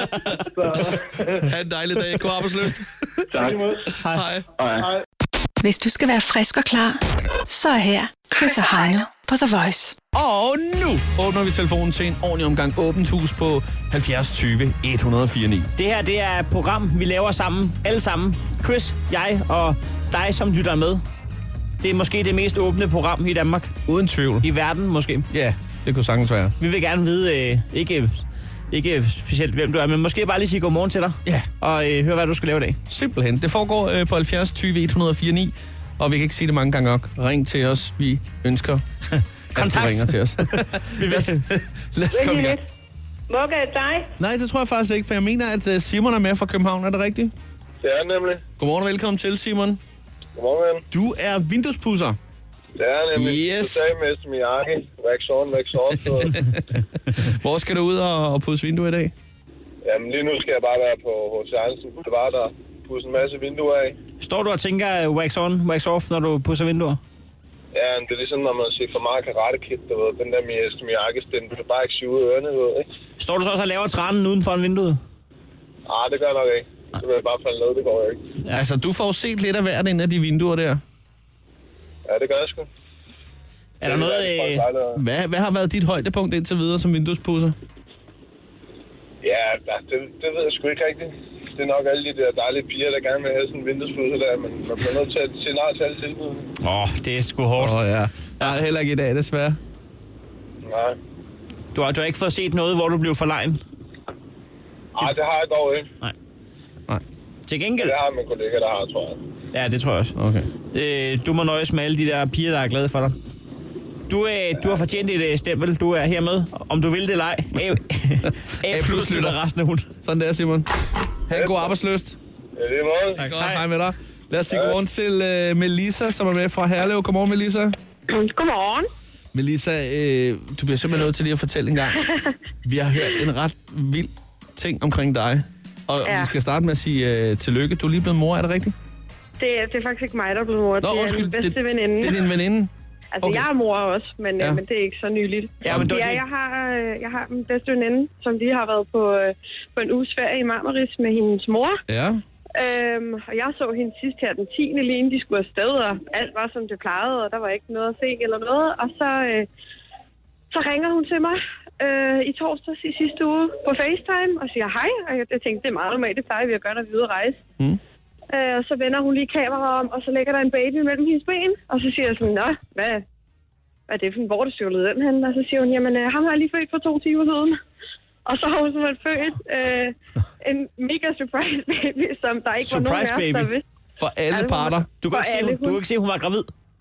Ha' en dejlig dag. God arbejdsløst. Tak. Hej. Hej. Hej. Hvis du skal være frisk og klar, så er her Chris og Heino på The Voice. Og nu åbner vi telefonen til en ordentlig omgang åbent hus på halvfjerds tyve et nul fire ni. Det her, det er et program, vi laver sammen, alle sammen. Chris, jeg og dig, som lytter med. Det er måske det mest åbne program i Danmark. Uden tvivl. I verden, måske. Ja, det kunne sagtens være. Vi vil gerne vide, øh, ikke, ikke specielt hvem du er, men måske bare lige sige godmorgen til dig. Ja. Og øh, høre, hvad du skal lave i dag. Simpelthen. Det foregår øh, på halvfjerds tyve et nul fire ni, og vi kan ikke sige det mange gange nok. Ring til os. Vi ønsker, at du ringer til os. Vi vil. Lad os komme i gang. Mugge, er det dig? Nej, det tror jeg faktisk ikke, for jeg mener, at uh, Simon er med fra København. Er det rigtigt? Det er nemlig. Godmorgen og velkommen til, Simon. Godmorgen. Du er vinduespudser. Det er nemlig. Yes. Total med Miyagi. Wax on, wax off. Hvor skal du ud og, og pudse vinduer i dag? Jamen lige nu skal jeg bare være på H C Andersen. Det var der pudse en masse vinduer af. Står du og tænker wax on, wax off, når du pudser vinduer? Ja, men det er ligesom, når man ser for meget karate-kid, du ved. Den der Miyagi-sten, du kan bare ikke sige ud af ørerne, du ved, ikke? Står du så også og laver trænen uden for en vindue? Nej, det gør jeg nok ikke. Det vil jeg bare falde ned, det går ikke. Ja. Altså, du får set lidt af hvert ind af de vinduer der. Ja, det gør jeg sgu. Er der noget... Øh... Hvad, hvad har været dit højdepunkt indtil videre som vinduespudser? Ja, det, det ved jeg sgu ikke rigtigt. Det er nok alle de der dejlige piger, der gerne vil have sådan en vinduespudser der, men man bliver nødt til at se nej til alle tilbud. Åh, oh, det er sgu hårdt. Åh oh, ja. Jeg er heller ikke i dag, desværre. Nej. Du har, du har ikke fået set noget, hvor du blev forlegen? Nej, det har jeg dog ikke. Nej. Nej. Til gengæld... Det har min kollega, der har, tror jeg. Ja, det tror jeg også. Okay. Øh, du må nøjes med alle de der piger, der er glade for dig. Du, øh, du har fortjent et øh, stempel. Du er hermed. Om du vil det eller ej. A, A plus lytter resten af hun. Sådan der, Simon. Ha' en god arbejdsløst. Ja, det er måde. Tak. Hej. Hej med dig. Lad os sige godmorgen til uh, Melissa, som er med fra Herlev. Godmorgen, Melissa. Godmorgen. Melissa, øh, du bliver simpelthen nødt til lige at fortælle en gang. Vi har hørt en ret vild ting omkring dig. Og ja. Vi skal starte med at sige uh, tillykke. Du er lige blevet mor, er det rigtigt? Det, det er faktisk ikke mig, der er blevet mor. Nå, det er undskyld, min bedste det, veninde. Det er din veninde? Altså, Okay. jeg er mor også, men, Ja. ja. men det er ikke så nyligt. Ja, men ja, det- jeg, har, øh, jeg har min bedste veninde, som lige har været på, øh, på en uges ferie i Marmaris med hendes mor. Ja. Øhm, og jeg så hende sidst her den tiende lige inden de skulle afsted, og alt var som det plejede, og der var ikke noget at se eller noget. Og så, øh, så ringer hun til mig øh, i torsdags i sidste uge på FaceTime og siger hej. Og jeg, jeg tænkte, det er meget normalt, det plejer vi at gøre, når vi er ude at rejse. Mm. Øh, og så vender hun lige kameraet om, og så ligger der en baby mellem hendes ben. Og så siger jeg sådan, nå, hvad, hvad er det for en vortestjålet den hen? Og så siger hun, jamen, øh, ham har jeg lige født for to timer siden. Og så har hun simpelthen født øh, en mega surprise baby, som der ikke Surprise var nogen af os, baby. der vidste. For alle Ja, det var- parter. Du kan, For ikke se, alle hun, du kan ikke se, hun var gravid.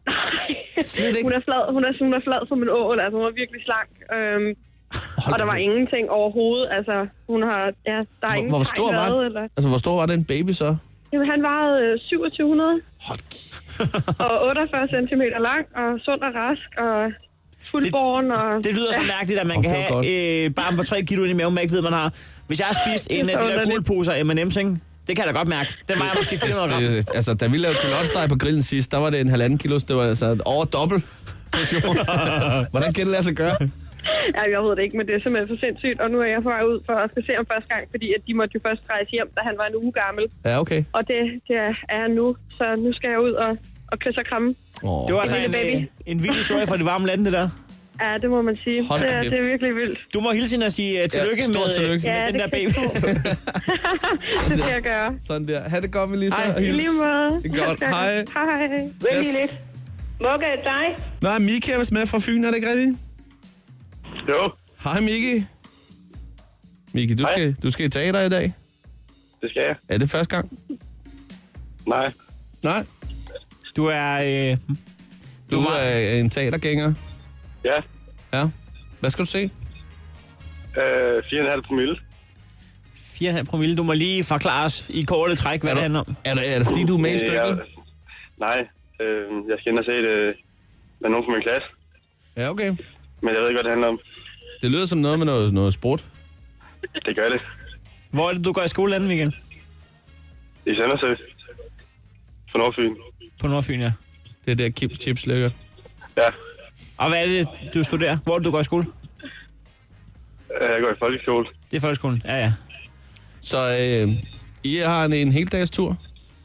Slet ikke? Hun er flad, hun er, hun er flad som en ål, altså hun er virkelig slank. Øhm, og der var ingenting overhovedet, altså hun har, ja, der er hvor, ingen hvor stor var været, eller... Altså, hvor stor var den baby så? Jamen, han vejede øh, syvogtyve hundrede. Hold og otteogfyrre centimeter lang, og sund og rask, og fuldborn, og... Det lyder så mærkeligt, at man Oh, kan det var have øh, barn på tre kilo ind i maven, man ikke ved, man har. Hvis jeg har spist en af de der guldposer M and M's, ikke? Det kan jeg da godt mærke. Den vejer måske fire hundrede gram. Det, altså, da vi lavede kulotsteg på grillen sidst, der var det en halvanden kilos. Det var altså over dobbelt portion. Hvordan kan det lade sig gøre? Ja, jeg ved det ikke, men det er simpelthen for sindssygt. Og nu er jeg på vej ud for at skal se ham første gang, fordi at de måtte jo først rejse hjem, da han var en uge gammel. Ja, okay. Og det, det er han nu, så nu skal jeg ud og, og kysse og kramme. Oh. Det var altså en, en, en vild historie fra det varme lande, det der. Ja, det må man sige. Det, det er virkelig vildt. Du må hilse hende og sige uh, tillykke, ja, med, tillykke. med Ja, den det der baby. Det skal jeg gøre. Sådan der. Ha' det godt, Melissa. Hej. I lige måde. Det er godt. Hej. Hej. Vent lige lidt. Mokka, er det dig? Nej, Miki er vist med fra Fyn, er det ikke rigtigt? Jo. Hej, Miki. Miki, du skal, du skal i teater i dag. Det skal jeg. Er det første gang? Nej. Nej. Du er... Øh, du, du er en teatergænger. Ja. Ja. Hvad skal du se? Øh, fire komma fem promille. fire komma fem promille. Du må lige forklare os i korte træk, hvad er det du, handler om. Er det, er det fordi, du er med i stykket? Jeg, nej. Øh, jeg skal ind og se det med nogen fra min klasse. Ja, okay. Men jeg ved ikke, hvad det handler om. Det lyder som noget med noget, noget sport. Det gør det. Hvor er det, du går i skole anden weekend? I Sandersø. På Nordfyn. På Nordfyn, ja. Det er der Kips Chips ligger. Ja. Og hvad er det, du studerer? Hvor er det, du går i skole? Jeg går i folkeskole. Det er folkeskolen, ja, ja. Så øh, I har en, en hel dags tur?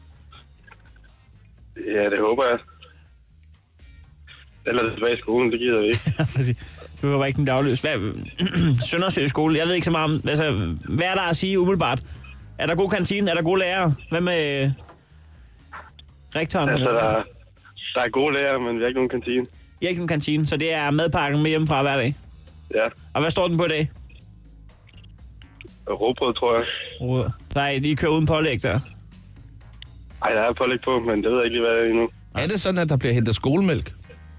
Ja, det håber jeg. Ellers tilbage i skolen, det gider vi ikke. Præcis. Du håber ikke, den bliver afløst. Søndersø skole, jeg ved ikke så meget om... Altså, hvad er der at sige umiddelbart? Er der god kantine? Er der gode lærere? Hvad med øh, rektoren? Altså, der, der er gode lærere, men vi har ikke nogen kantine. I har ikke nogen kantine, så det er madpakken med hjemmefra hver dag? Ja. Og hvad står den på i dag? Råbrød, tror jeg. Råbrød. Nej, de kører uden pålæg der. Ej, der er pålæg på, men det ved jeg ikke lige, hvad det er endnu. Er det sådan, at der bliver hentet skolemælk?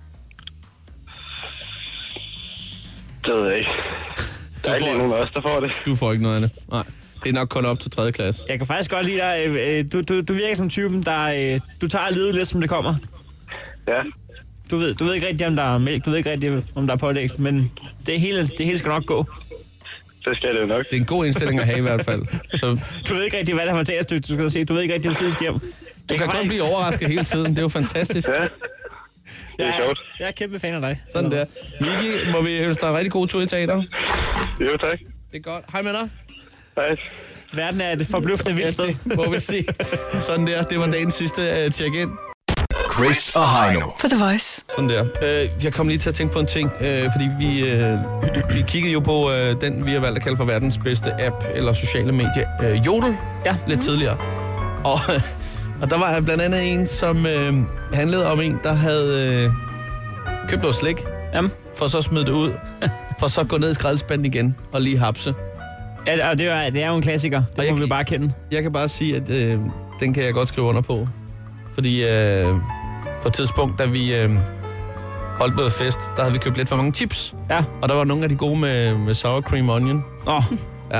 Det ved jeg ikke. Der er ikke lige nogen af os, der får det. Du får ikke noget af det. Nej. Det er nok kun op til tredje klasse. Jeg kan faktisk godt lide dig. Du, du, du virker som typen, der... Du tager livet lidt, som det kommer. Ja. Du ved, du ved ikke rigtig, om der er mælk. Du ved ikke rigtig, om der er pålæg. Men det hele, det hele skal nok gå. Det skal det jo nok. Det er en god indstilling at have i hvert fald. Så... Du ved ikke rigtig, hvad der har teaterstykke, du skal se. Du ved ikke rigtig, hvad der sker hjem. Du kan, kan kun blive overrasket hele tiden. Det er jo fantastisk. Ja. Det er sjovt. Jeg er kæmpe fan af dig. Sådan der. Miki, må vi ønske dig en rigtig god tur i teater? Jo, tak. Det er godt. Hej med dig. Hej. Verden er et forbløffende vildt sted. Ja, det må vi se. Sådan der. Det var dagens sidste uh, check-in. Chris og Heino. På The Voice. Sådan der. Uh, jeg kom lige til at tænke på en ting, uh, fordi vi, uh, vi kiggede jo på uh, den, vi har valgt at kalde for verdens bedste app, eller sociale medie, uh, Jodel, ja. lidt mm. tidligere. Og, og der var blandt andet en, som uh, handlede om en, der havde uh, købt noget slik, Jamen. for så smide det ud, for så gå ned i skraldespanden igen og lige hapse. Ja, og det er, det er jo en klassiker. Det og må jeg, vi bare kende. Jeg kan bare sige, at øh, den kan jeg godt skrive under på. Fordi øh, på et tidspunkt, da vi øh, holdt noget fest, der havde vi købt lidt for mange chips. Ja. Og der var nogle af de gode med, med sour cream onion. Åh. Oh. Ja.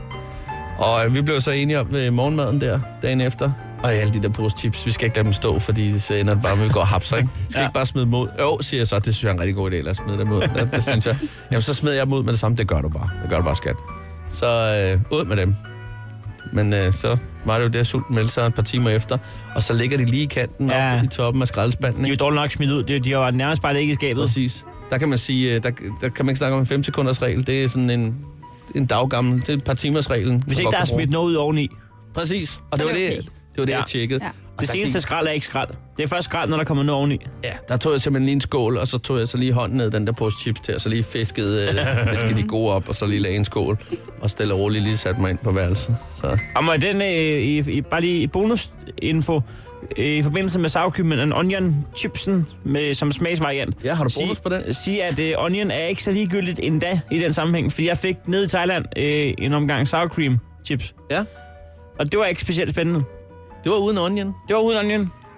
Og øh, vi blev så enige om ved morgenmaden der, dagen efter. Og alle de der pose chips, vi skal ikke lade dem stå, fordi så ender det bare med, at vi går og hapser, ikke? Vi skal ja. ikke bare smide dem ud. Jo, siger jeg så, det synes jeg er en rigtig god idé, at smide dem ud. Det, det synes jeg. Jamen, så smider jeg dem ud med det samme. Det gør du bare. Det gør du bare, skat. Så øh, ud med dem. Men øh, så var det jo der, sulten meldte sig et par timer efter, og så ligger de lige i kanten ja. op i toppen af skraldespanden. De er jo dårligt nok smidt ud. De, de har nærmest bare ikke i skabet. Præcis. Der kan man sige, der, der kan man ikke snakke om en fem sekunders regel. Det er sådan en, en daggammel, det er et par timers reglen. Hvis ikke der er smidt noget ud oveni. Præcis. Og det var det, okay. det, var det ja. jeg tjekkede. Ja. Det seneste gik... skrald er ikke skrald. Det er først skrald, når der kommer noget oveni. Ja, der tog jeg simpelthen lige en skål, og så tog jeg så lige hånden ned den der pose chips til, og så lige fiskede, øh, fiskede de gode op, og så lige lagde en skål, og stille og roligt lige satte mig ind på værelset. Så. Og må den, øh, i, i, bare lige i bonusinfo, øh, i forbindelse med sour cream and onion chipsen med, som smagsvariant. Ja, har du bonus på den? Sige, at øh, onion er ikke så ligegyldigt endda i den sammenhæng, fordi jeg fik ned i Thailand øh, en omgang sour cream chips. Ja. Og det var ikke specielt spændende. Det var uden onion? Det var uden onion.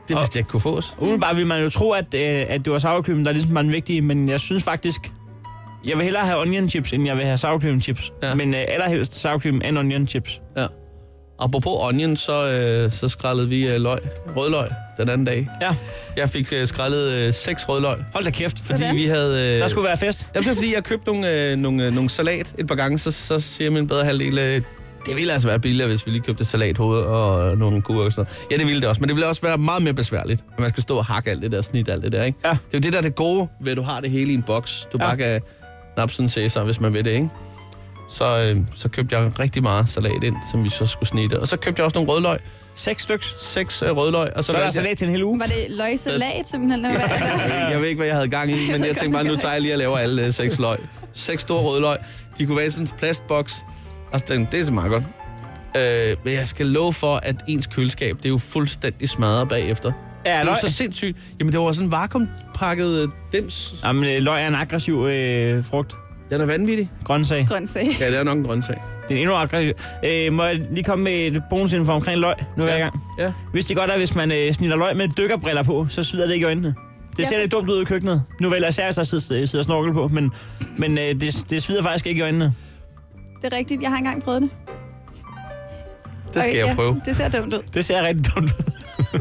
Det vidste jeg ikke kunne fås. Udenbart ville man jo tro, at, øh, at det var sour cream, der ligesom var den vigtige, men jeg synes faktisk, jeg vil hellere have onion chips, end jeg vil have sour cream chips. Ja. Men øh, allerhelst sour cream end onion chips. Ja. Apropos onion, så, øh, så skrællede vi øh, løg, rødløg den anden dag. Ja. Jeg fik øh, skrællet øh, seks rødløg. Hold da kæft. Fordi Hvordan? vi havde... Øh, Der skulle være fest. Jamen, det var fordi, jeg købte nogle, øh, nogle, øh, nogle salat et par gange, så, så siger min bedre halvdel, øh, det ville altså være billigere, hvis vi lige købte salathoved og øh, nogle gurker og sådan noget. Ja, det ville det også, men det ville også være meget mere besværligt, at man skal stå og hakke alt det der, snit alt det der, ikke? Ja. Det er jo det der er det gode ved, at du har det hele i en boks. Du Ja. bare kan nappe sådan en Cæsar, hvis man vil det, ikke? Så, øh, så købte jeg rigtig meget salat ind, som vi så skulle snitte. Og så købte jeg også nogle rødløg. Seks stykker? Seks øh, rødløg. Og så, Så er der valgte jeg- salat til en hel uge. Var det løgsalat, simpelthen? Eller hvad? Jeg ved ikke, hvad jeg havde gang i, men jeg tænkte bare, nu tager jeg lige og laver alle øh, seks løg. Seks store rødløg. De kunne være i sådan en plastboks. Altså, den, det er så meget godt. Øh, men jeg skal love for, at ens køleskab, det er jo fuldstændig smadret bagefter. Ja, det er løg. jo så sindssygt. Jamen, det var sådan en vakuumpakket øh, dims. Jamen, øh, løg er en aggressiv øh, frugt. Den er vanvittig. Grøntsag. Grøntsag. Ja, det er nok en grøntsag. Det er endnu aggressiv. Øh, må jeg lige komme med et bonusinfo omkring løg? Nu er jeg i gang. Ja. Vidste I godt, at hvis man øh, snitter løg med dykkerbriller på, så svider det ikke i øjnene? Det ser Ja. lidt dumt ud i køkkenet. Nu vælger jeg især, at der sidder, sidder snorkel på, men, men øh, det, det svider faktisk ikke i øjnene. Det er rigtigt, jeg har engang prøvet det. Det skal Okay, jeg ja, prøve. Det ser dumt ud. Det ser rigtig dumt ud.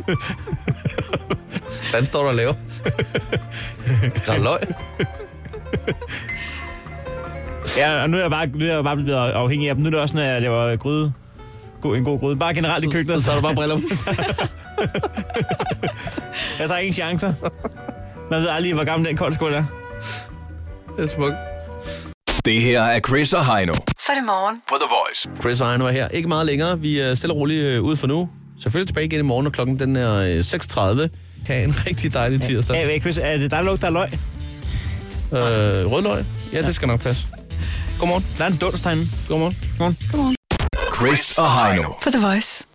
Hvad står der og laver? Skræl løg. Ja, og nu er jeg bare, nu er jeg bare blevet afhængig af dem. Nu er det også, når jeg laver gryde. God, en god gryde. Bare generelt i køkkenet. Så, så er der bare briller på. Jeg tager ingen chancer. Man ved aldrig, hvor gammel den koldskål er. Det er smukt. Det her er Chris og Heino Så er det morgen. på The Voice. Chris og Heino er her. Ikke meget længere. Vi er stille og roligt øh, ude for nu. Selvfølgelig tilbage igen i morgen, og klokken den er øh, seks tredive. Ha' en rigtig dejlig tirsdag. Ja, Chris, er det der, der lugter af løg? Øh, rødløg? Ja, det skal nok passe. Godmorgen. Der er en dunst herinde. Godmorgen. Godmorgen. Godmorgen. Chris og Heino. På The Voice.